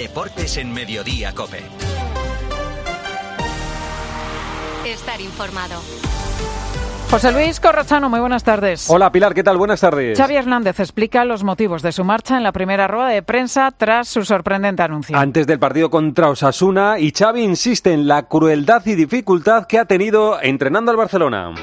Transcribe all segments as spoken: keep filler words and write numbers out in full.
Deportes en Mediodía COPE. Estar informado. José Luis Corrochano, muy buenas tardes. Hola Pilar, ¿qué tal? Buenas tardes. Xavi Hernández explica los motivos de su marcha en la primera rueda de prensa tras su sorprendente anuncio. Antes del partido contra Osasuna, y Xavi insiste en la crueldad y dificultad que ha tenido entrenando al Barcelona.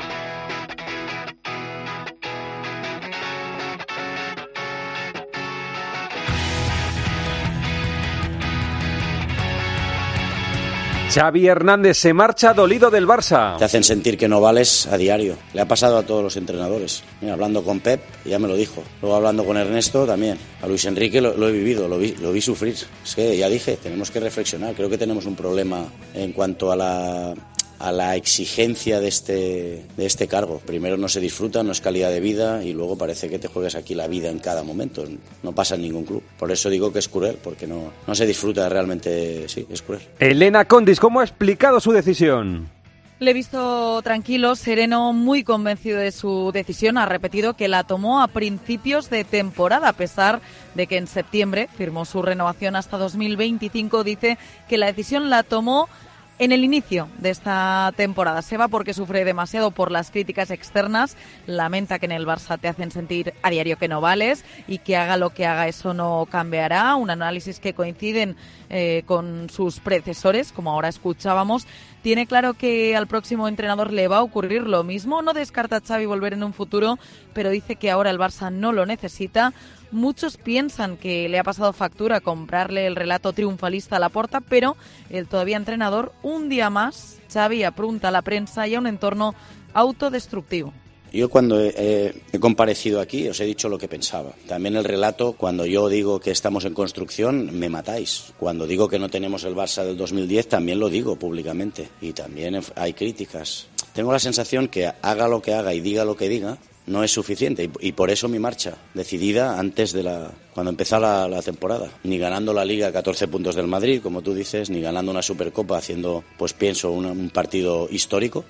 Xavi Hernández se marcha dolido del Barça. Te hacen sentir que no vales a diario. Le ha pasado a todos los entrenadores. Mira, hablando con Pep, ya me lo dijo. Luego hablando con Ernesto también. A Luis Enrique lo, lo he vivido, lo vi, lo vi sufrir. Es que ya dije, tenemos que reflexionar. Creo que tenemos un problema en cuanto a la... a la exigencia de este, de este cargo. Primero no se disfruta, no es calidad de vida, y luego parece que te juegas aquí la vida en cada momento. No pasa en ningún club. Por eso digo que es cruel, porque no, no se disfruta realmente. Sí, es cruel. Elena Condis, ¿cómo ha explicado su decisión? Le he visto tranquilo, sereno, muy convencido de su decisión. Ha repetido que la tomó a principios de temporada, a pesar de que en septiembre firmó su renovación hasta dos mil veinticinco. Dice que la decisión la tomó en el inicio de esta temporada. Se va porque sufre demasiado por las críticas externas. Lamenta que en el Barça te hacen sentir a diario que no vales y que haga lo que haga eso no cambiará. Un análisis que coinciden eh, con sus predecesores, como ahora escuchábamos. Tiene claro que al próximo entrenador le va a ocurrir lo mismo. No descarta a Xavi volver en un futuro, pero dice que ahora el Barça no lo necesita. Muchos piensan que le ha pasado factura comprarle el relato triunfalista a Laporta, pero el todavía entrenador, un día más, Xavi apunta a la prensa y a un entorno autodestructivo. Yo cuando he, he comparecido aquí os he dicho lo que pensaba. También el relato, cuando yo digo que estamos en construcción, me matáis. Cuando digo que no tenemos el Barça del dos mil diez, también lo digo públicamente. Y también hay críticas. Tengo la sensación que haga lo que haga y diga lo que diga, no es suficiente, y, y por eso mi marcha, decidida antes de la cuando empezó la, la temporada. Ni ganando la Liga a catorce puntos del Madrid, como tú dices, ni ganando una Supercopa haciendo, pues pienso, un, un partido histórico,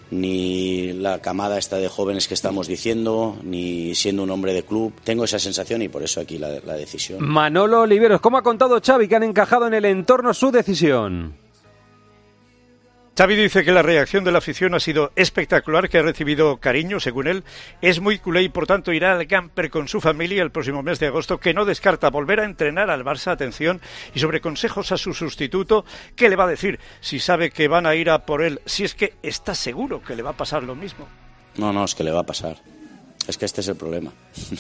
ni la camada esta de jóvenes que estamos diciendo, ni siendo un hombre de club. Tengo esa sensación y por eso aquí la, la decisión. Manolo Oliveros, ¿cómo ha contado Xavi que han encajado en el entorno su decisión? Xavi dice que la reacción de la afición ha sido espectacular, que ha recibido cariño, según él. Es muy culé y por tanto irá al camper con su familia el próximo mes de agosto, que no descarta volver a entrenar al Barça, atención, y sobre consejos a su sustituto, ¿qué le va a decir? Si sabe que van a ir a por él, si es que está seguro que le va a pasar lo mismo. No, no, es que le va a pasar. Es que este es el problema.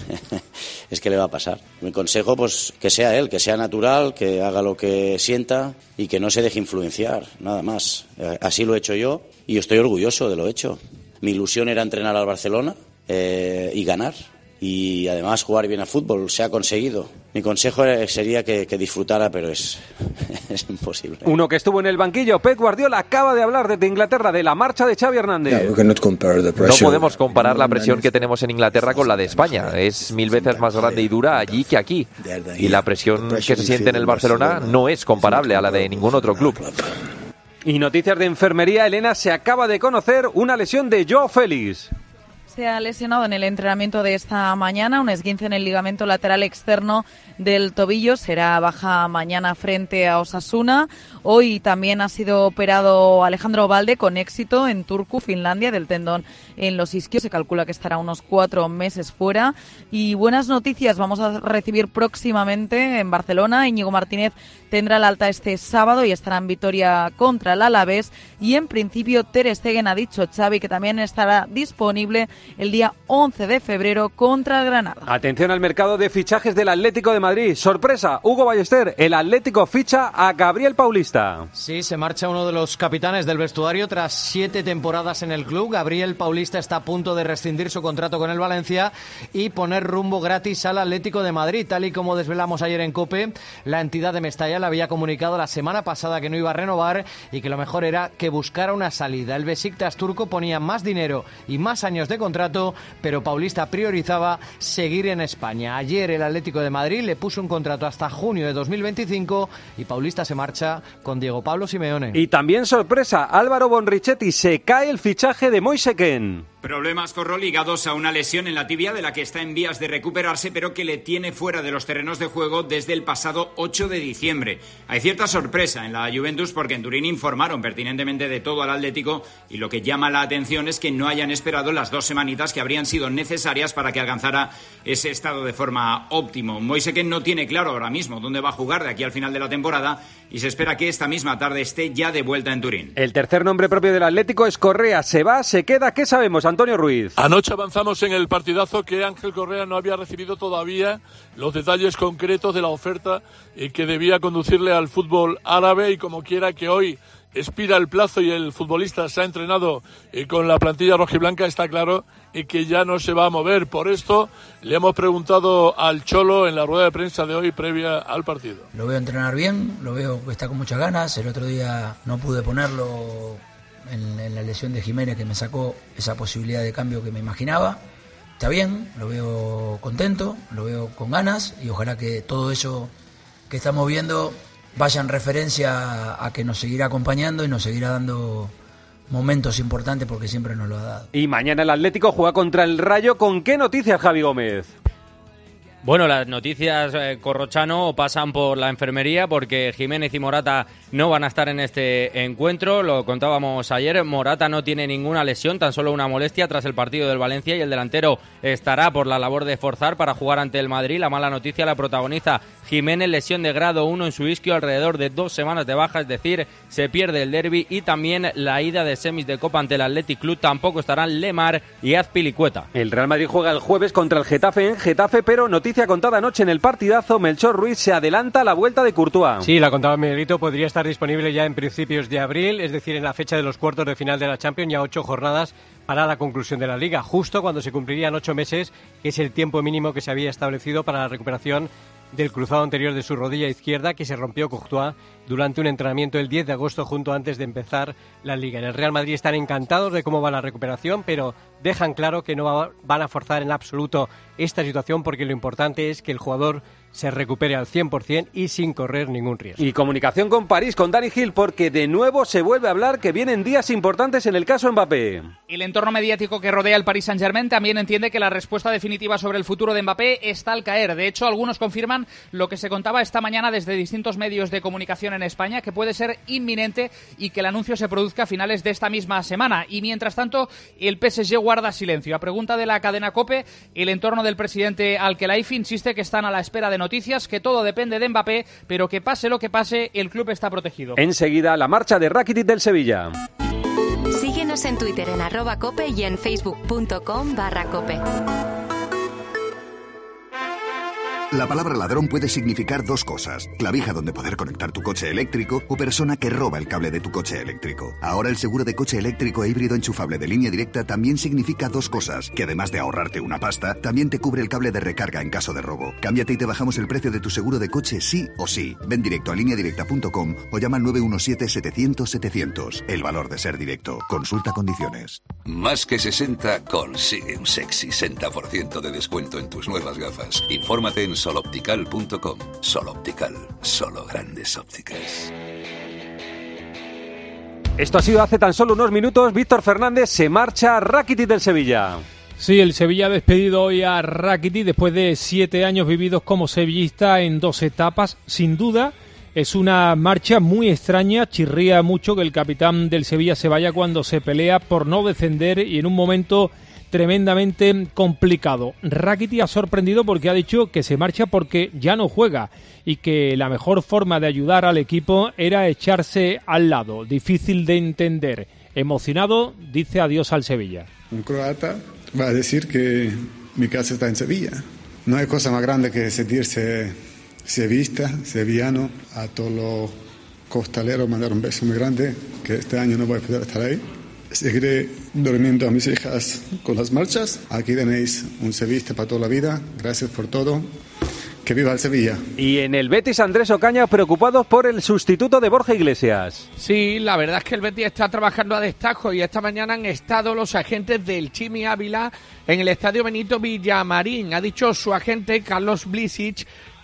Es que le va a pasar. Mi consejo, pues, que sea él, que sea natural, que haga lo que sienta y que no se deje influenciar, nada más. Así lo he hecho yo y estoy orgulloso de lo hecho. Mi ilusión era entrenar al Barcelona eh, y ganar. Y además jugar bien a fútbol, se ha conseguido. Mi consejo sería que, que disfrutara, pero es, es imposible. Uno que estuvo en el banquillo, Pep Guardiola, acaba de hablar desde Inglaterra de la marcha de Xavi Hernández. No podemos comparar la presión que tenemos en Inglaterra con la de España. Es mil veces más grande y dura allí que aquí. Y la presión que se siente en el Barcelona no es comparable a la de ningún otro club. Y noticias de enfermería, Elena, se acaba de conocer una lesión de Joao Félix. Se ha lesionado en el entrenamiento de esta mañana, un esguince en el ligamento lateral externo del tobillo. Será baja mañana frente a Osasuna. Hoy también ha sido operado Alejandro Balde con éxito en Turku, Finlandia, del tendón en los isquios. Se calcula que estará unos cuatro meses fuera. Y buenas noticias vamos a recibir próximamente en Barcelona. Íñigo Martínez tendrá el alta este sábado y estará en Vitoria contra el Alavés. Y en principio Ter Stegen ha dicho, Xavi, que también estará disponible el día once de febrero contra el Granada. Atención al mercado de fichajes del Atlético de Madrid. Sorpresa, Hugo Ballester, el Atlético ficha a Gabriel Paulista. Sí, se marcha uno de los capitanes del vestuario tras siete temporadas en el club. Gabriel Paulista está a punto de rescindir su contrato con el Valencia y poner rumbo gratis al Atlético de Madrid. Tal y como desvelamos ayer en COPE, la entidad de Mestalla le había comunicado la semana pasada que no iba a renovar y que lo mejor era que buscara una salida. El Besiktas turco ponía más dinero y más años de contrato, pero Paulista priorizaba seguir en España. Ayer el Atlético de Madrid le puso un contrato hasta junio de dos mil veinticinco y Paulista se marcha con Diego Pablo Simeone. Y también sorpresa, Álvaro Bonrichetti, se cae el fichaje de Moise Kean. Problemas Corro ligados a una lesión en la tibia de la que está en vías de recuperarse, pero que le tiene fuera de los terrenos de juego desde el pasado ocho de diciembre. Hay cierta sorpresa en la Juventus porque en Turín informaron pertinentemente de todo al Atlético y lo que llama la atención es que no hayan esperado las dos semanitas que habrían sido necesarias para que alcanzara ese estado de forma óptimo. Moise Kean no tiene claro ahora mismo dónde va a jugar de aquí al final de la temporada y se espera que esta misma tarde esté ya de vuelta en Turín. El tercer nombre propio del Atlético es Correa. ¿Se va? ¿Se queda? ¿Qué sabemos? Antonio Ruiz. Anoche avanzamos en el partidazo que Ángel Correa no había recibido todavía los detalles concretos de la oferta y que debía conducirle al fútbol árabe, y como quiera que hoy expira el plazo y el futbolista se ha entrenado eh, con la plantilla rojiblanca, está claro y que ya no se va a mover. Por esto le hemos preguntado al Cholo en la rueda de prensa de hoy previa al partido. Lo veo entrenar bien, lo veo que está con muchas ganas. El otro día no pude ponerlo en, en la lesión de Jiménez, que me sacó esa posibilidad de cambio que me imaginaba. Está bien, lo veo contento, lo veo con ganas y ojalá que todo eso que estamos viendo vaya en referencia a que nos seguirá acompañando y nos seguirá dando momentos importantes, porque siempre nos lo ha dado. Y mañana el Atlético juega contra el Rayo. ¿Con qué noticias, Javi Gómez? Bueno, las noticias eh, Corrochano pasan por la enfermería porque Jiménez y Morata no van a estar en este encuentro. Lo contábamos ayer, Morata no tiene ninguna lesión, tan solo una molestia tras el partido del Valencia, y el delantero estará por la labor de forzar para jugar ante el Madrid. La mala noticia la protagoniza Jiménez, lesión de grado uno en su isquio, alrededor de dos semanas de baja, es decir, se pierde el derbi y también la ida de semis de Copa ante el Athletic Club. Tampoco estarán Lemar y Azpilicueta. El Real Madrid juega el jueves contra el Getafe en Getafe, pero noticia contada anoche en el partidazo, Melchor Ruiz se adelanta a la vuelta de Courtois. Sí, la contaba Miguelito, podría estar disponible ya en principios de abril, es decir, en la fecha de los cuartos de final de la Champions, ya ocho jornadas para la conclusión de la Liga, justo cuando se cumplirían ocho meses, que es el tiempo mínimo que se había establecido para la recuperación del cruzado anterior de su rodilla izquierda, que se rompió Courtois durante un entrenamiento el diez de agosto, justo antes de empezar la Liga. En el Real Madrid están encantados de cómo va la recuperación, pero dejan claro que no va, van a forzar en absoluto esta situación, porque lo importante es que el jugador se recupere al cien por ciento y sin correr ningún riesgo. Y comunicación con París, con Dani Gil, porque de nuevo se vuelve a hablar que vienen días importantes en el caso Mbappé. El entorno mediático que rodea al Paris Saint-Germain también entiende que la respuesta definitiva sobre el futuro de Mbappé está al caer. De hecho, algunos confirman lo que se contaba esta mañana desde distintos medios de comunicación en España, que puede ser inminente y que el anuncio se produzca a finales de esta misma semana. Y mientras tanto, el P S G guarda silencio. A pregunta de la cadena COPE, el entorno del presidente Al-Khelaifi insiste que están a la espera de noticias, que todo depende de Mbappé, pero que pase lo que pase, el club está protegido. Enseguida, la marcha de Rakitic del Sevilla. Síguenos en Twitter en arroba cope y en facebook punto com barra cope. La palabra ladrón puede significar dos cosas: clavija donde poder conectar tu coche eléctrico o persona que roba el cable de tu coche eléctrico. Ahora el seguro de coche eléctrico e híbrido enchufable de Línea Directa también significa dos cosas, que además de ahorrarte una pasta, también te cubre el cable de recarga en caso de robo. Cámbiate y te bajamos el precio de tu seguro de coche sí o sí. Ven directo a línea directa punto com o llama al nueve uno siete, setecientos, setecientos. El valor de ser directo. Consulta condiciones. Más que sesenta consigue un sexy sesenta por ciento de descuento en tus nuevas gafas. Infórmate en soloptical punto com. Soloptical, solo grandes ópticas. Esto ha sido hace tan solo unos minutos. Víctor Fernández, se marcha Rakitic del Sevilla. Sí, el Sevilla ha despedido hoy a Rakitic después de siete años vividos como sevillista en dos etapas. Sin duda, es una marcha muy extraña. Chirría mucho que el capitán del Sevilla se vaya cuando se pelea por no descender y en un momento tremendamente complicado. Rakitic ha sorprendido porque ha dicho que se marcha porque ya no juega y que la mejor forma de ayudar al equipo era echarse al lado. Difícil de entender. Emocionado, dice adiós al Sevilla. Un croata va a decir que mi casa está en Sevilla. No hay cosa más grande que sentirse sevillista, sevillano. A todos los costaleros mandar un beso muy grande, que este año no voy a poder estar ahí. Seguiré durmiendo a mis hijas con las marchas. Aquí tenéis un sevillista para toda la vida. Gracias por todo. Que viva el Sevilla. Y en el Betis, Andrés Ocaña, preocupados por el sustituto de Borja Iglesias. Sí, la verdad es que el Betis está trabajando a destajo y esta mañana han estado los agentes del Chimi Ávila en el estadio Benito Villamarín. Ha dicho su agente, Carlos Blisic,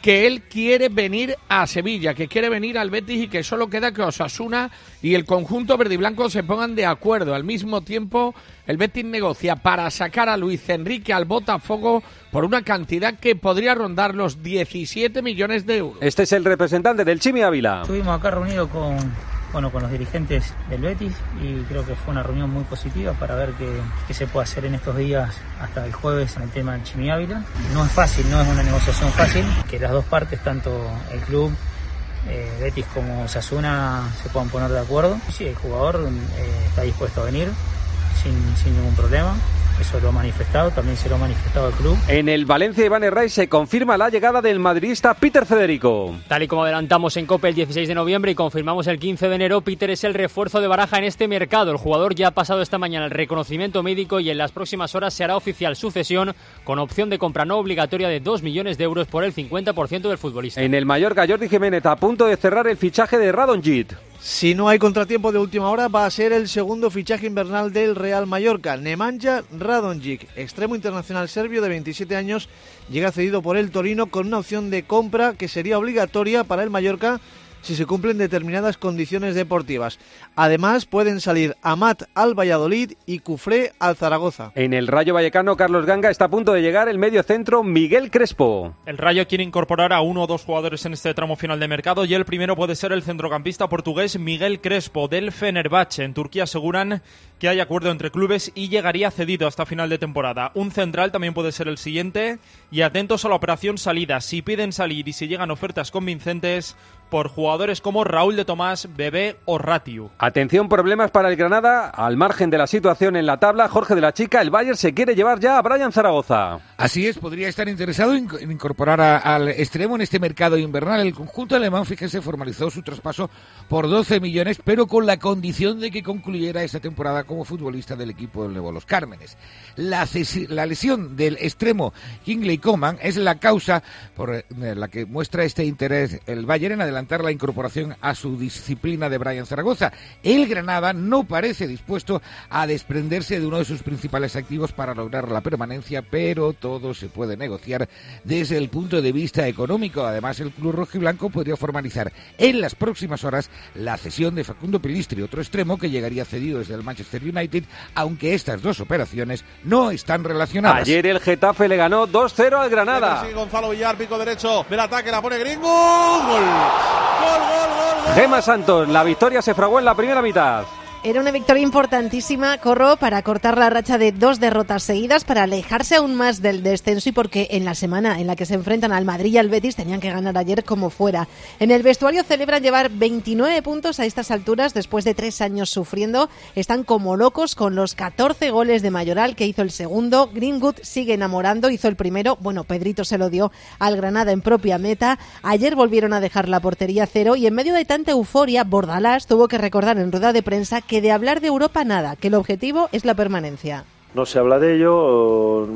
que él quiere venir a Sevilla, que quiere venir al Betis y que solo queda que Osasuna y el conjunto verde y blanco se pongan de acuerdo. Al mismo tiempo, el Betis negocia para sacar a Luis Enrique al Botafogo por una cantidad que podría rondar los diecisiete millones de euros. Este es el representante del Chimi Ávila. Estuvimos acá reunidos con, bueno, con los dirigentes del Betis y creo que fue una reunión muy positiva para ver qué, qué se puede hacer en estos días hasta el jueves en el tema del Chimi Ávila. No es fácil, no es una negociación fácil, que las dos partes, tanto el club, eh, Betis como Osasuna, se puedan poner de acuerdo. Sí, el jugador eh, está dispuesto a venir sin, sin ningún problema. Eso lo ha manifestado, también se lo ha manifestado el club. En el Valencia Iván Herrey se confirma la llegada del madridista Peter Federico. Tal y como adelantamos en COPE el dieciséis de noviembre y confirmamos el quince de enero, Peter es el refuerzo de Baraja en este mercado. El jugador ya ha pasado esta mañana el reconocimiento médico y en las próximas horas se hará oficial su cesión con opción de compra no obligatoria de dos millones de euros por el cincuenta por ciento del futbolista. En el Mallorca, Jordi Jiménez a punto de cerrar el fichaje de Radonjic. Si no hay contratiempo de última hora, va a ser el segundo fichaje invernal del Real Mallorca. Nemanja Radonjic, extremo internacional serbio de veintisiete años, llega cedido por el Torino con una opción de compra que sería obligatoria para el Mallorca si se cumplen determinadas condiciones deportivas. Además, pueden salir Amat al Valladolid y Cufré al Zaragoza. En el Rayo Vallecano, Carlos Ganga, está a punto de llegar el mediocentro Miguel Crespo. El Rayo quiere incorporar a uno o dos jugadores en este tramo final de mercado y el primero puede ser el centrocampista portugués Miguel Crespo del Fenerbahce. En Turquía aseguran que hay acuerdo entre clubes y llegaría cedido hasta final de temporada. Un central también puede ser el siguiente y atentos a la operación salida. Si piden salir y si llegan ofertas convincentes por jugadores como Raúl de Tomás, Bebé o Ratiu. Atención, problemas para el Granada. Al margen de la situación en la tabla, Jorge de la Chica, el Bayern se quiere llevar ya a Brian Zaragoza. Así es, podría estar interesado en, en incorporar a, al extremo en este mercado invernal. El conjunto alemán, fíjese, formalizó su traspaso por doce millones, pero con la condición de que concluyera esta temporada como futbolista del equipo del Nuevo Los Cármenes. La, la lesión del extremo Kingsley Coman es la causa por la que muestra este interés el Bayern en adelantar la incorporación a su disciplina de Brian Zaragoza. El Granada no parece dispuesto a desprenderse de uno de sus principales activos para lograr la permanencia, pero todo se puede negociar desde el punto de vista económico. Además, el club rojiblanco podría formalizar en las próximas horas la cesión de Facundo Pelistri, otro extremo que llegaría cedido desde el Manchester United, aunque estas dos operaciones no están relacionadas. Ayer el Getafe le ganó dos cero al Granada. Sí, Gonzalo Villar, pico derecho del ataque, la pone Gringo. ¡Gol! ¡Gol, gol, gol, gol! Gema Santos, la victoria se fraguó en la primera mitad. Era una victoria importantísima, Corro, para cortar la racha de dos derrotas seguidas, para alejarse aún más del descenso y porque en la semana en la que se enfrentan al Madrid y al Betis tenían que ganar ayer como fuera. En el vestuario celebran llevar veintinueve puntos a estas alturas después de tres años sufriendo. Están como locos con los catorce goles de Mayoral, que hizo el segundo. Greenwood sigue enamorando, hizo el primero. Bueno, Pedrito se lo dio al Granada en propia meta. Ayer volvieron a dejar la portería cero y en medio de tanta euforia, Bordalás tuvo que recordar en rueda de prensa que de hablar de Europa nada, que el objetivo es la permanencia. No se habla de ello,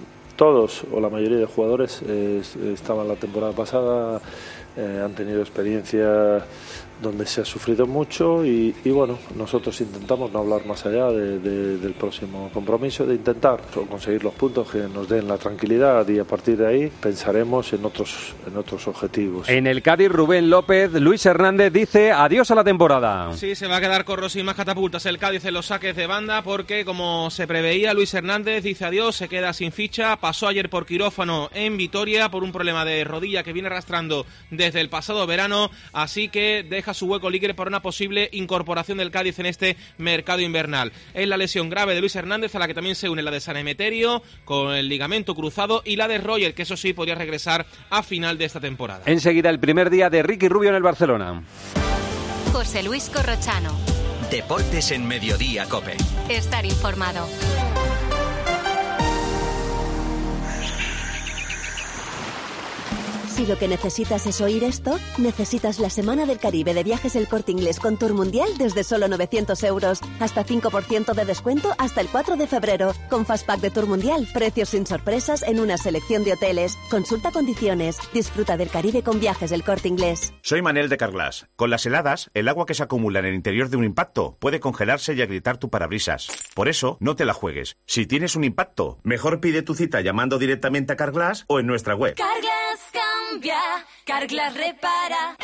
todos o la mayoría de jugadores eh, estaban la temporada pasada, eh, han tenido experiencia donde se ha sufrido mucho y, y bueno, nosotros intentamos no hablar más allá de, de, del próximo compromiso, de intentar conseguir los puntos que nos den la tranquilidad y a partir de ahí pensaremos en otros, en otros objetivos. En el Cádiz, Rubén López, Luis Hernández dice adiós a la temporada. Sí, se va a quedar con Rossi más catapultas el Cádiz en los saques de banda porque, como se preveía, Luis Hernández dice adiós, se queda sin ficha, pasó ayer por quirófano en Vitoria por un problema de rodilla que viene arrastrando desde el pasado verano, así que deja su hueco libre para una posible incorporación del Cádiz en este mercado invernal. Es la lesión grave de Luis Hernández, a la que también se une la de San Emeterio con el ligamento cruzado y la de Roger, que eso sí podría regresar a final de esta temporada. Enseguida el primer día de Ricky Rubio en el Barcelona. José Luis Corrochano. Deportes en Mediodía COPE. Estar informado. Si lo que necesitas es oír esto, necesitas la Semana del Caribe de Viajes El Corte Inglés con Tour Mundial desde solo novecientos euros. Hasta cinco por ciento de descuento hasta el cuatro de febrero. Con Fastpack de Tour Mundial, precios sin sorpresas en una selección de hoteles. Consulta condiciones. Disfruta del Caribe con Viajes El Corte Inglés. Soy Manel de Carglass. Con las heladas, el agua que se acumula en el interior de un impacto puede congelarse y agrietar tu parabrisas. Por eso, no te la juegues. Si tienes un impacto, mejor pide tu cita llamando directamente a Carglass o en nuestra web. Carglass cambia. Rumbia, Carglass repara.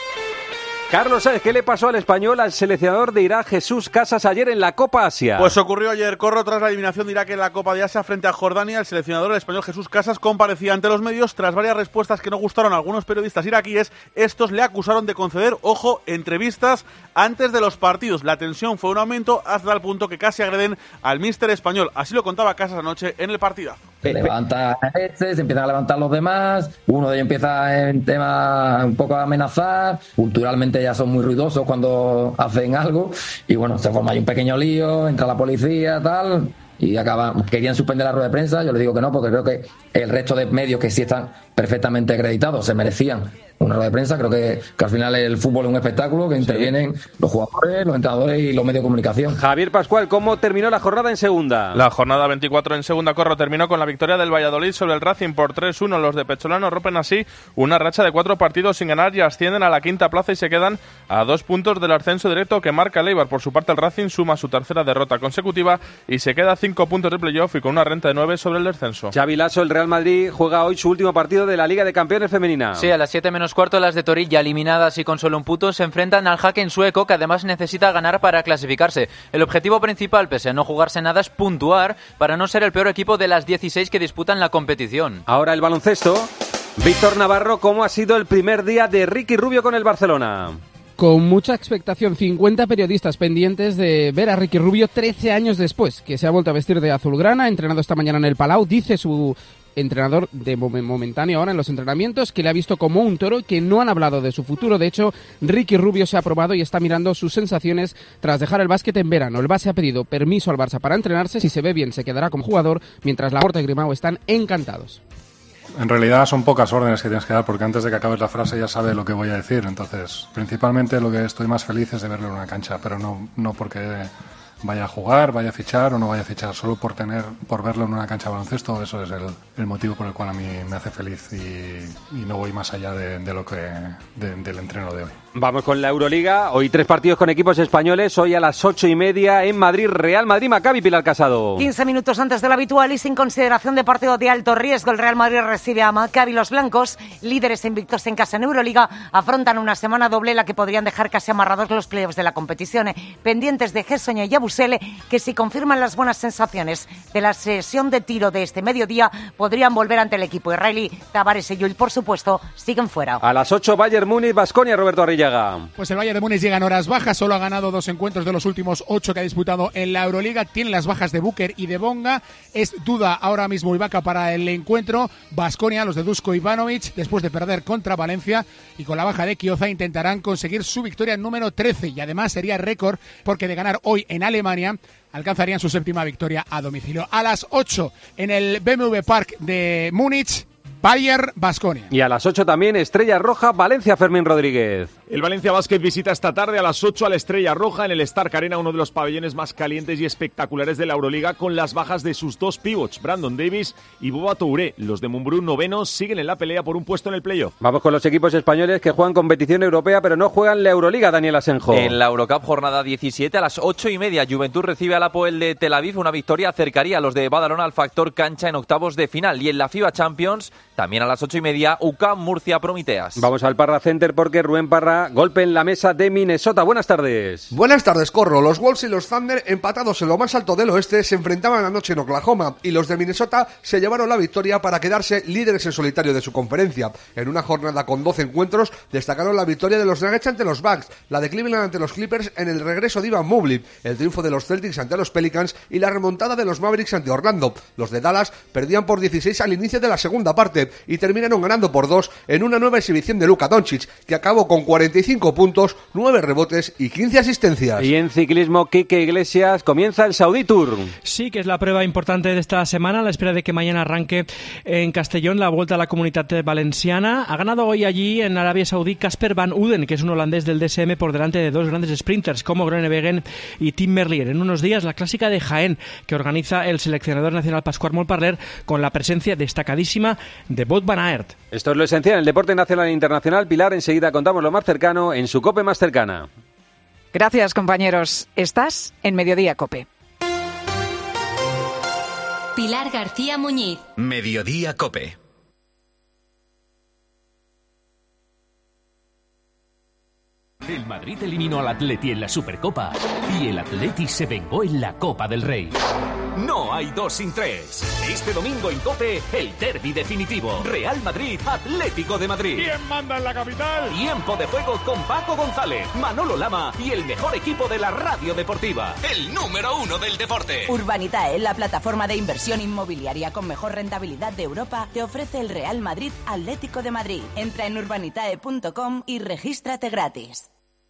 Carlos, ¿sabes qué le pasó al Español al seleccionador de Irak, Jesús Casas, ayer en la Copa Asia? Pues ocurrió ayer, Corro, tras la eliminación de Irak en la Copa de Asia frente a Jordania. El seleccionador español Jesús Casas comparecía ante los medios tras varias respuestas que no gustaron a algunos periodistas iraquíes. Estos le acusaron de conceder, ojo, entrevistas antes de los partidos. La tensión fue un aumento hasta el punto que casi agreden al míster español. Así lo contaba Casas anoche en el partidazo. Se levanta este, se empiezan a levantar los demás, uno de ellos empieza en tema un poco a amenazar, culturalmente ya son muy ruidosos cuando hacen algo y bueno, se forma ahí un pequeño lío, entra la policía, tal, y acaba, querían suspender la rueda de prensa, yo les digo que no, porque creo que el resto de medios que sí están perfectamente acreditados se merecían una rueda de prensa. Creo que, que al final el fútbol es un espectáculo, que intervienen sí. los jugadores, los entrenadores y los medios de comunicación. Javier Pascual, ¿cómo terminó la jornada en segunda? La jornada veinticuatro en segunda, Corro, terminó con la victoria del Valladolid sobre el Racing por tres uno. Los de Pecholano rompen así una racha de cuatro partidos sin ganar y ascienden a la quinta plaza y se quedan a dos puntos del ascenso directo que marca el Eibar. Por su parte, el Racing suma su tercera derrota consecutiva y se queda a cinco puntos de playoff y con una renta de nueve sobre el descenso. Xavi Lasso, el Real Madrid juega hoy su último partido de la Liga de Campeones femenina. Sí, a las siete menos cuarto las de Toril, ya eliminadas y con solo un punto, se enfrentan al Haken sueco, que además necesita ganar para clasificarse. El objetivo principal, pese a no jugarse nada, es puntuar para no ser el peor equipo de las dieciséis que disputan la competición. Ahora el baloncesto. Víctor Navarro, ¿cómo ha sido el primer día de Ricky Rubio con el Barcelona? Con mucha expectación, cincuenta periodistas pendientes de ver a Ricky Rubio trece años después, que se ha vuelto a vestir de azulgrana, entrenado esta mañana en el Palau. Dice su entrenador de momentáneo ahora en los entrenamientos que le ha visto como un toro y que no han hablado de su futuro. De hecho, Ricky Rubio se ha probado y está mirando sus sensaciones tras dejar el básquet en verano. El base ha pedido permiso al Barça para entrenarse. Si se ve bien, se quedará como jugador, mientras Laporta y Grimau están encantados. En realidad son pocas órdenes que tienes que dar, porque antes de que acabes la frase ya sabe lo que voy a decir. Entonces, principalmente lo que estoy más feliz es de verlo en una cancha, pero no, no porque vaya a jugar, vaya a fichar o no vaya a fichar, solo por tener, por verlo en una cancha de baloncesto. Eso es el, el motivo por el cual a mí me hace feliz y, y no voy más allá de, de lo que de, del entreno de hoy. Vamos con la Euroliga. Hoy tres partidos con equipos españoles. Hoy a las ocho y media en Madrid, Real Madrid, Maccabi. Pilar Casado. quince minutos antes de lo habitual y sin consideración de partido de alto riesgo, el Real Madrid recibe a Maccabi. Los blancos, líderes invictos en casa en Euroliga, afrontan una semana doble en la que podrían dejar casi amarrados los playoffs de la competición. Pendientes de Gessoña y Yabusele, que si confirman las buenas sensaciones de la sesión de tiro de este mediodía, podrían volver ante el equipo israelí. Tavares y Llull, por supuesto, siguen fuera. A las ocho, Bayern Múnich, Baskonia, Roberto Arrillaga. Pues el Bayern de Múnich llega en horas bajas, solo ha ganado dos encuentros de los últimos ocho que ha disputado en la Euroliga. Tiene las bajas de Booker y de Bonga. Es duda ahora mismo Ibaka para el encuentro. Baskonia, los de Dusko Ivanovic, después de perder contra Valencia y con la baja de Kioza, intentarán conseguir su victoria número trece y además sería récord porque de ganar hoy en Alemania alcanzarían su séptima victoria a domicilio. A las ocho en el B M W Park de Múnich, Bayern Baskonia. Y a las ocho también Estrella Roja, Valencia, Fermín Rodríguez. El Valencia Basket visita esta tarde a las ocho a la Estrella Roja en el Stark Arena, uno de los pabellones más calientes y espectaculares de la Euroliga, con las bajas de sus dos pivots, Brandon Davis y Boba Touré. Los de Mumbrú, novenos, siguen en la pelea por un puesto en el playoff. Vamos con los equipos españoles que juegan competición europea pero no juegan la Euroliga, Daniel Asenjo. En la Eurocup jornada diecisiete a las ocho y media, Juventud recibe al Apoel de Tel Aviv. Una victoria acercaría a los de Badalona al factor cancha en octavos de final. Y en la FIBA Champions, también a las ocho y media, U C A M Murcia Promiteas. Vamos al Parra Center porque Rubén Parra, golpe en la mesa de Minnesota. Buenas tardes. Buenas tardes, Corro. Los Wolves y los Thunder, empatados en lo más alto del oeste, se enfrentaban anoche en Oklahoma y los de Minnesota se llevaron la victoria para quedarse líderes en solitario de su conferencia. En una jornada con doce encuentros, destacaron la victoria de los Nuggets ante los Bucks, la de Cleveland ante los Clippers en el regreso de Ivan Mobley, el triunfo de los Celtics ante los Pelicans y la remontada de los Mavericks ante Orlando. Los de Dallas perdían por dieciséis al inicio de la segunda parte y terminaron ganando por dos en una nueva exhibición de Luka Doncic, que acabó con cuarenta y cinco puntos, nueve rebotes y quince asistencias. Y en ciclismo, Quique Iglesias, comienza el Saudi Tour. Sí, que es la prueba importante de esta semana, a la espera de que mañana arranque en Castellón la Vuelta a la Comunitat Valenciana. Ha ganado hoy allí en Arabia Saudí Casper Van Uden, que es un holandés del D S M, por delante de dos grandes sprinters como Groenewegen y Tim Merlier. En unos días, la clásica de Jaén, que organiza el seleccionador nacional Pascual Molparler, con la presencia destacadísima de Wout van Aert. Esto es lo esencial en el deporte nacional e internacional. Pilar, enseguida contamos lo más cercano en su COPE más cercana. Gracias, compañeros. Estás en Mediodía COPE. Pilar García Muñiz. Mediodía COPE. El Madrid eliminó al Atleti en la Supercopa y el Atleti se vengó en la Copa del Rey. No hay dos sin tres. Este domingo en COPE, el derbi definitivo. Real Madrid, Atlético de Madrid. ¿Quién manda en la capital? Tiempo de juego con Paco González, Manolo Lama y el mejor equipo de la radio deportiva. El número uno del deporte. Urbanitae, la plataforma de inversión inmobiliaria con mejor rentabilidad de Europa, te ofrece el Real Madrid Atlético de Madrid. Entra en urbanitae punto com y regístrate gratis.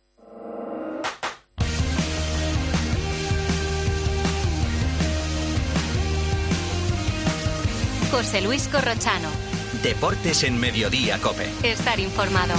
José Luis Corrochano. Deportes en Mediodía COPE. Estar informado.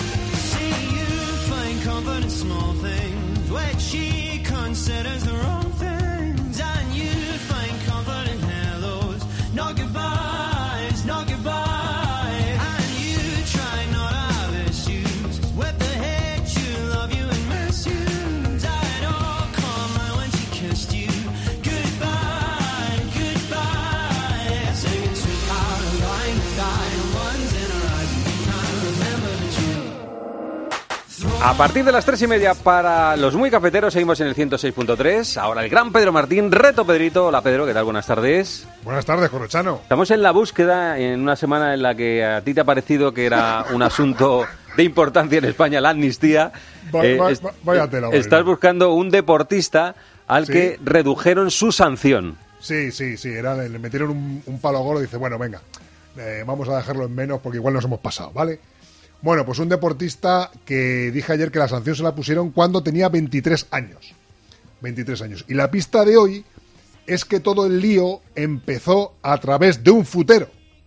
A partir de las tres y media para los muy cafeteros seguimos en el ciento seis punto tres. Ahora el gran Pedro Martín, reto Pedrito. Hola Pedro, ¿qué tal? Buenas tardes. Buenas tardes, Corrochano. Estamos en la búsqueda, en una semana en la que a ti te ha parecido que era un asunto de importancia en España, la amnistía. Va, eh, va, est- va, vaya tela, estás buscando un deportista al Sí. que redujeron su sanción. Sí, sí, sí, era, le metieron un, un palo gordo y dice, bueno, venga, eh, vamos a dejarlo en menos porque igual nos hemos pasado, ¿vale? Bueno, pues un deportista que dije ayer que la sanción se la pusieron cuando tenía veintitrés años. veintitrés años. Y la pista de hoy es que todo el lío empezó a través de un frutero.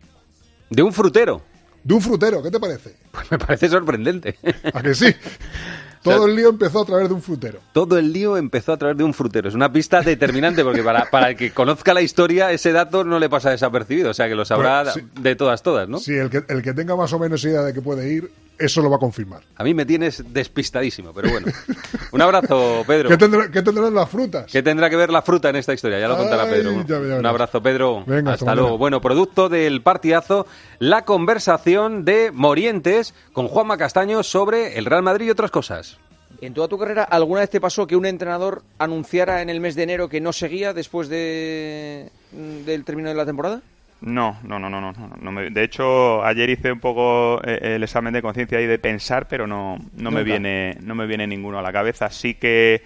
¿De un frutero? De un frutero, ¿qué te parece? Pues me parece sorprendente. ¿A que sí? Todo el lío empezó a través de un frutero. Todo el lío empezó a través de un frutero. Es una pista determinante porque para, para el que conozca la historia ese dato no le pasa desapercibido. O sea que lo sabrá Pues, sí. de todas, todas, ¿no? Sí, el que, el que tenga más o menos idea de que puede ir, eso lo va a confirmar. A mí me tienes despistadísimo, pero bueno. Un abrazo, Pedro. ¿Qué, tendrá, ¿Qué tendrán las frutas? ¿Qué tendrá que ver la fruta en esta historia? Ya lo contará Ay, Pedro. ya, ya Un verás. abrazo, Pedro. Venga, hasta hasta luego. mañana. Bueno, producto del partidazo, la conversación de Morientes con Juanma Castaño sobre el Real Madrid y otras cosas. ¿En toda tu carrera alguna vez te pasó que un entrenador anunciara en el mes de enero que no seguía después de del término de la temporada? No, no, no, no, no. no, no me- de hecho, ayer hice un poco eh, el examen de conciencia ahí de pensar, pero no, no me Nunca. viene, no me viene ninguno a la cabeza. Sí que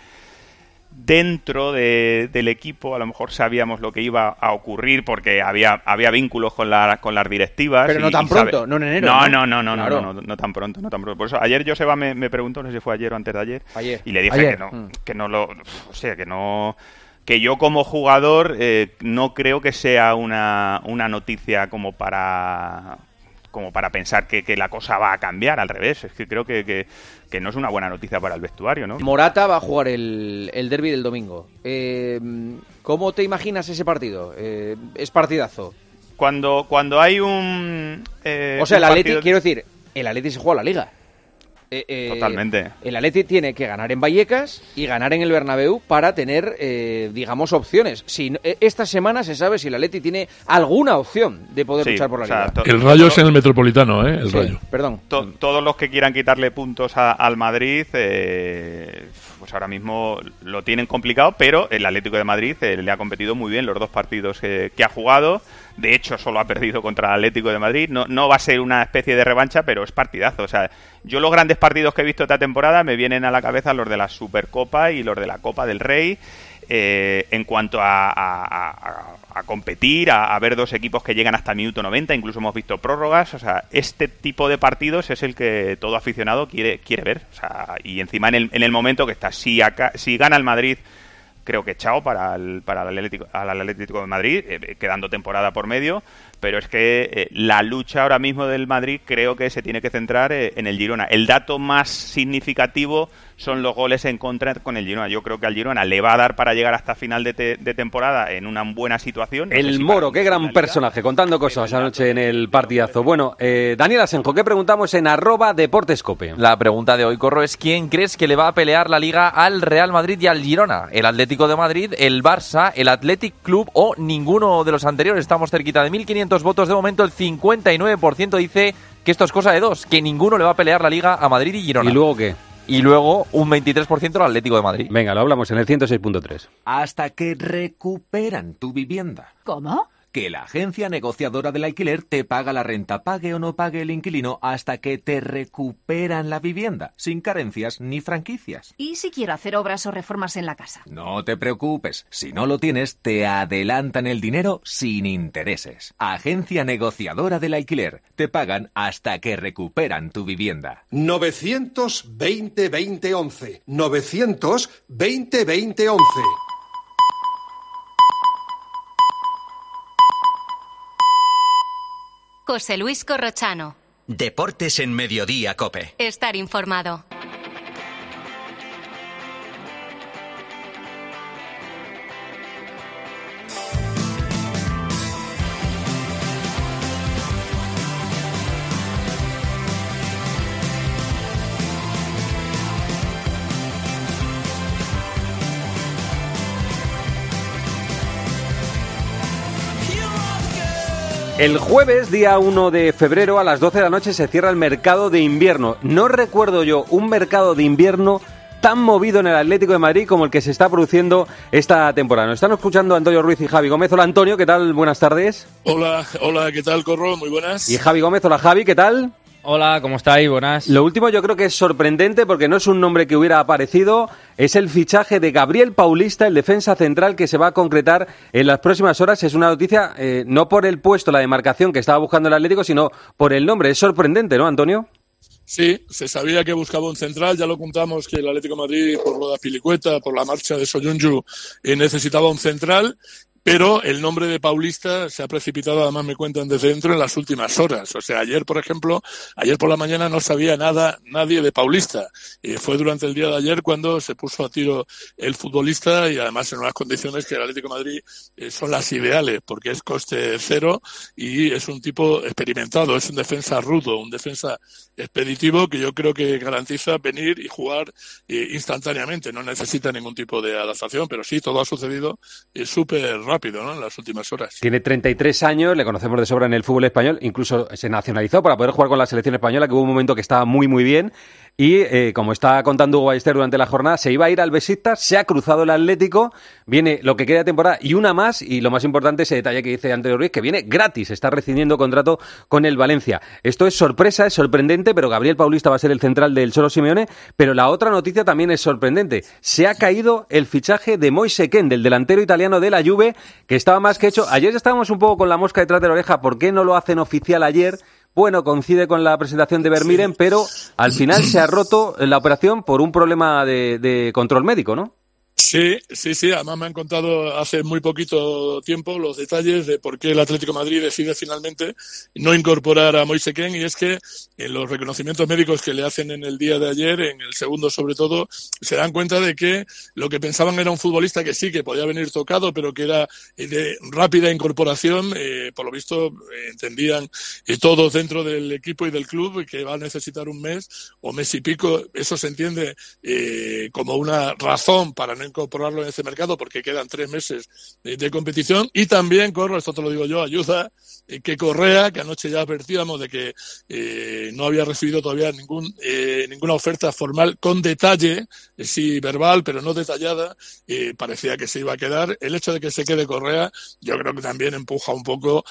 dentro de- del equipo a lo mejor sabíamos lo que iba a ocurrir porque había había vínculos con la, con las directivas. Pero no y- tan y sabe- pronto, no en enero, No, ¿no? no, no, no, no, Claro. no, no, no tan pronto, no tan pronto. Por eso ayer Joseba me, me preguntó, no sé si fue ayer o antes de ayer, Ayer. y le dije Ayer. que no, Mm. que no lo, o sea, que no, que yo como jugador eh, no creo que sea una, una noticia como para como para pensar que, que la cosa va a cambiar, al revés, es que creo que, que, que no es una buena noticia para el vestuario, ¿no? Morata va a jugar el, el derbi del domingo. Eh, ¿Cómo te imaginas ese partido? Eh, es partidazo. Cuando, cuando hay un... eh, O sea, el un Atleti, partido- quiero decir, el Atleti se juega la Liga. Eh, eh, Totalmente. El Atleti tiene que ganar en Vallecas y ganar en el Bernabéu para tener, eh, digamos, opciones. Si no- eh, esta semana se sabe si el Atleti tiene alguna opción de poder Sí, luchar por la o sea, Liga. to- El Rayo es en el Metropolitano, ¿eh? El Sí, Rayo. Perdón. To- todos los que quieran quitarle puntos a- al Madrid, eh, pues ahora mismo lo tienen complicado, pero el Atlético de Madrid eh, le ha competido muy bien los dos partidos eh, que ha jugado. De hecho, solo ha perdido contra el Atlético de Madrid. No, no va a ser una especie de revancha, pero es partidazo. O sea, yo los grandes partidos que he visto esta temporada me vienen a la cabeza los de la Supercopa y los de la Copa del Rey. Eh, en cuanto a, a- a- a competir, a, a ver dos equipos que llegan hasta el minuto noventa, incluso hemos visto prórrogas, o sea, este tipo de partidos es el que todo aficionado quiere quiere ver, o sea, y encima en el, en el momento que está, si, acá, si gana el Madrid, creo que chao para el, para el Atlético, al Atlético de Madrid, eh, quedando temporada por medio, pero es que eh, la lucha ahora mismo del Madrid creo que se tiene que centrar eh, en el Girona. El dato más significativo son los goles en contra con el Girona. Yo creo que al Girona le va a dar para llegar hasta final de, te- de temporada en una buena situación. No sé El si Moro, qué gran personaje, contando cosas anoche en el partidazo. Bueno, eh, Daniel Asenjo, ¿qué preguntamos en arroba deportescope? La pregunta de hoy, Corro, es ¿quién crees que le va a pelear la Liga al Real Madrid y al Girona? ¿El Atlético de Madrid, el Barça, el Athletic Club o ninguno de los anteriores? Estamos cerquita de mil quinientos votos. De momento el cincuenta y nueve por ciento dice que esto es cosa de dos, que ninguno le va a pelear la Liga a Madrid y Girona. ¿Y luego qué? y luego un veintitrés por ciento el Atlético de Madrid. Venga, lo hablamos en el ciento seis punto tres. Hasta que recuperan tu vivienda. ¿Cómo? Que la agencia negociadora del alquiler te paga la renta, pague o no pague el inquilino, hasta que te recuperan la vivienda, sin carencias ni franquicias. ¿Y si quiero hacer obras o reformas en la casa? No te preocupes, si no lo tienes, te adelantan el dinero sin intereses. Agencia negociadora del alquiler, te pagan hasta que recuperan tu vivienda. novecientos veinte veinte once. novecientos veinte veinte once. José Luis Corrochano. Deportes en Mediodía COPE. Estar informado. El jueves, día uno de febrero, a las doce de la noche se cierra el mercado de invierno. No recuerdo yo un mercado de invierno tan movido en el Atlético de Madrid como el que se está produciendo esta temporada. Nos están escuchando Antonio Ruiz y Javi Gómez. Hola Antonio, ¿qué tal? Buenas tardes. Hola, hola, ¿qué tal, Corro? Muy buenas. Y Javi Gómez, hola Javi, ¿qué tal? Hola, ¿cómo estáis? Buenas. Lo último yo creo que es sorprendente porque no es un nombre que hubiera aparecido, es el fichaje de Gabriel Paulista, el defensa central que se va a concretar en las próximas horas. Es una noticia eh, no por el puesto, la demarcación que estaba buscando el Atlético, sino por el nombre. Es sorprendente, ¿no, Antonio? Sí, se sabía que buscaba un central, ya lo contamos que el Atlético de Madrid, por lo de Azpilicueta, por la marcha de Soyuncu, eh, necesitaba un central. Pero el nombre de Paulista se ha precipitado, además me cuentan desde dentro, en las últimas horas. O sea, ayer, por ejemplo, ayer por la mañana no sabía nada nadie de Paulista. Y fue durante el día de ayer cuando se puso a tiro el futbolista y además en unas condiciones que el Atlético de Madrid eh, son las ideales, porque es coste cero y es un tipo experimentado, es un defensa rudo, un defensa expeditivo que yo creo que garantiza venir y jugar eh, instantáneamente. No necesita ningún tipo de adaptación, pero sí, todo ha sucedido eh, súper rápido, ¿no?, en las últimas horas. Tiene treinta y tres años, le conocemos de sobra en el fútbol español, incluso se nacionalizó para poder jugar con la selección española, que hubo un momento que estaba muy muy bien, y eh, como está contando Hugo Ballester durante la jornada, se iba a ir al Besiktas, se ha cruzado el Atlético, viene lo que queda de temporada y una más, y lo más importante ese detalle que dice Antonio Ruiz, que viene gratis, está rescindiendo contrato con el Valencia. Esto es sorpresa, es sorprendente, pero Gabriel Paulista va a ser el central del Cholo Simeone, pero la otra noticia también es sorprendente. Se ha caído el fichaje de Moise Kean, del delantero italiano de la Juve, que estaba más que hecho. Ayer estábamos un poco con la mosca detrás de la oreja, ¿por qué no lo hacen oficial ayer? Bueno, coincide con la presentación de Vermiren, sí, pero al final se ha roto la operación por un problema de, de control médico, ¿no? Sí, sí, sí. Además me han contado hace muy poquito tiempo los detalles de por qué el Atlético de Madrid decide finalmente no incorporar a Moise Kean, y es que en los reconocimientos médicos que le hacen en el día de ayer, en el segundo sobre todo, se dan cuenta de que lo que pensaban era un futbolista que sí, que podía venir tocado, pero que era de rápida incorporación. Eh, por lo visto eh, entendían eh, todos dentro del equipo y del club que va a necesitar un mes o mes y pico. Eso se entiende eh, como una razón para no incorporarlo en este mercado, porque quedan tres meses de, de competición. Y también, Corro, esto te lo digo yo, ayuda eh, que Correa, que anoche ya advertíamos de que eh, no había recibido todavía ningún eh, ninguna oferta formal con detalle, eh, sí verbal, pero no detallada, eh, parecía que se iba a quedar. El hecho de que se quede Correa, yo creo que también empuja un poco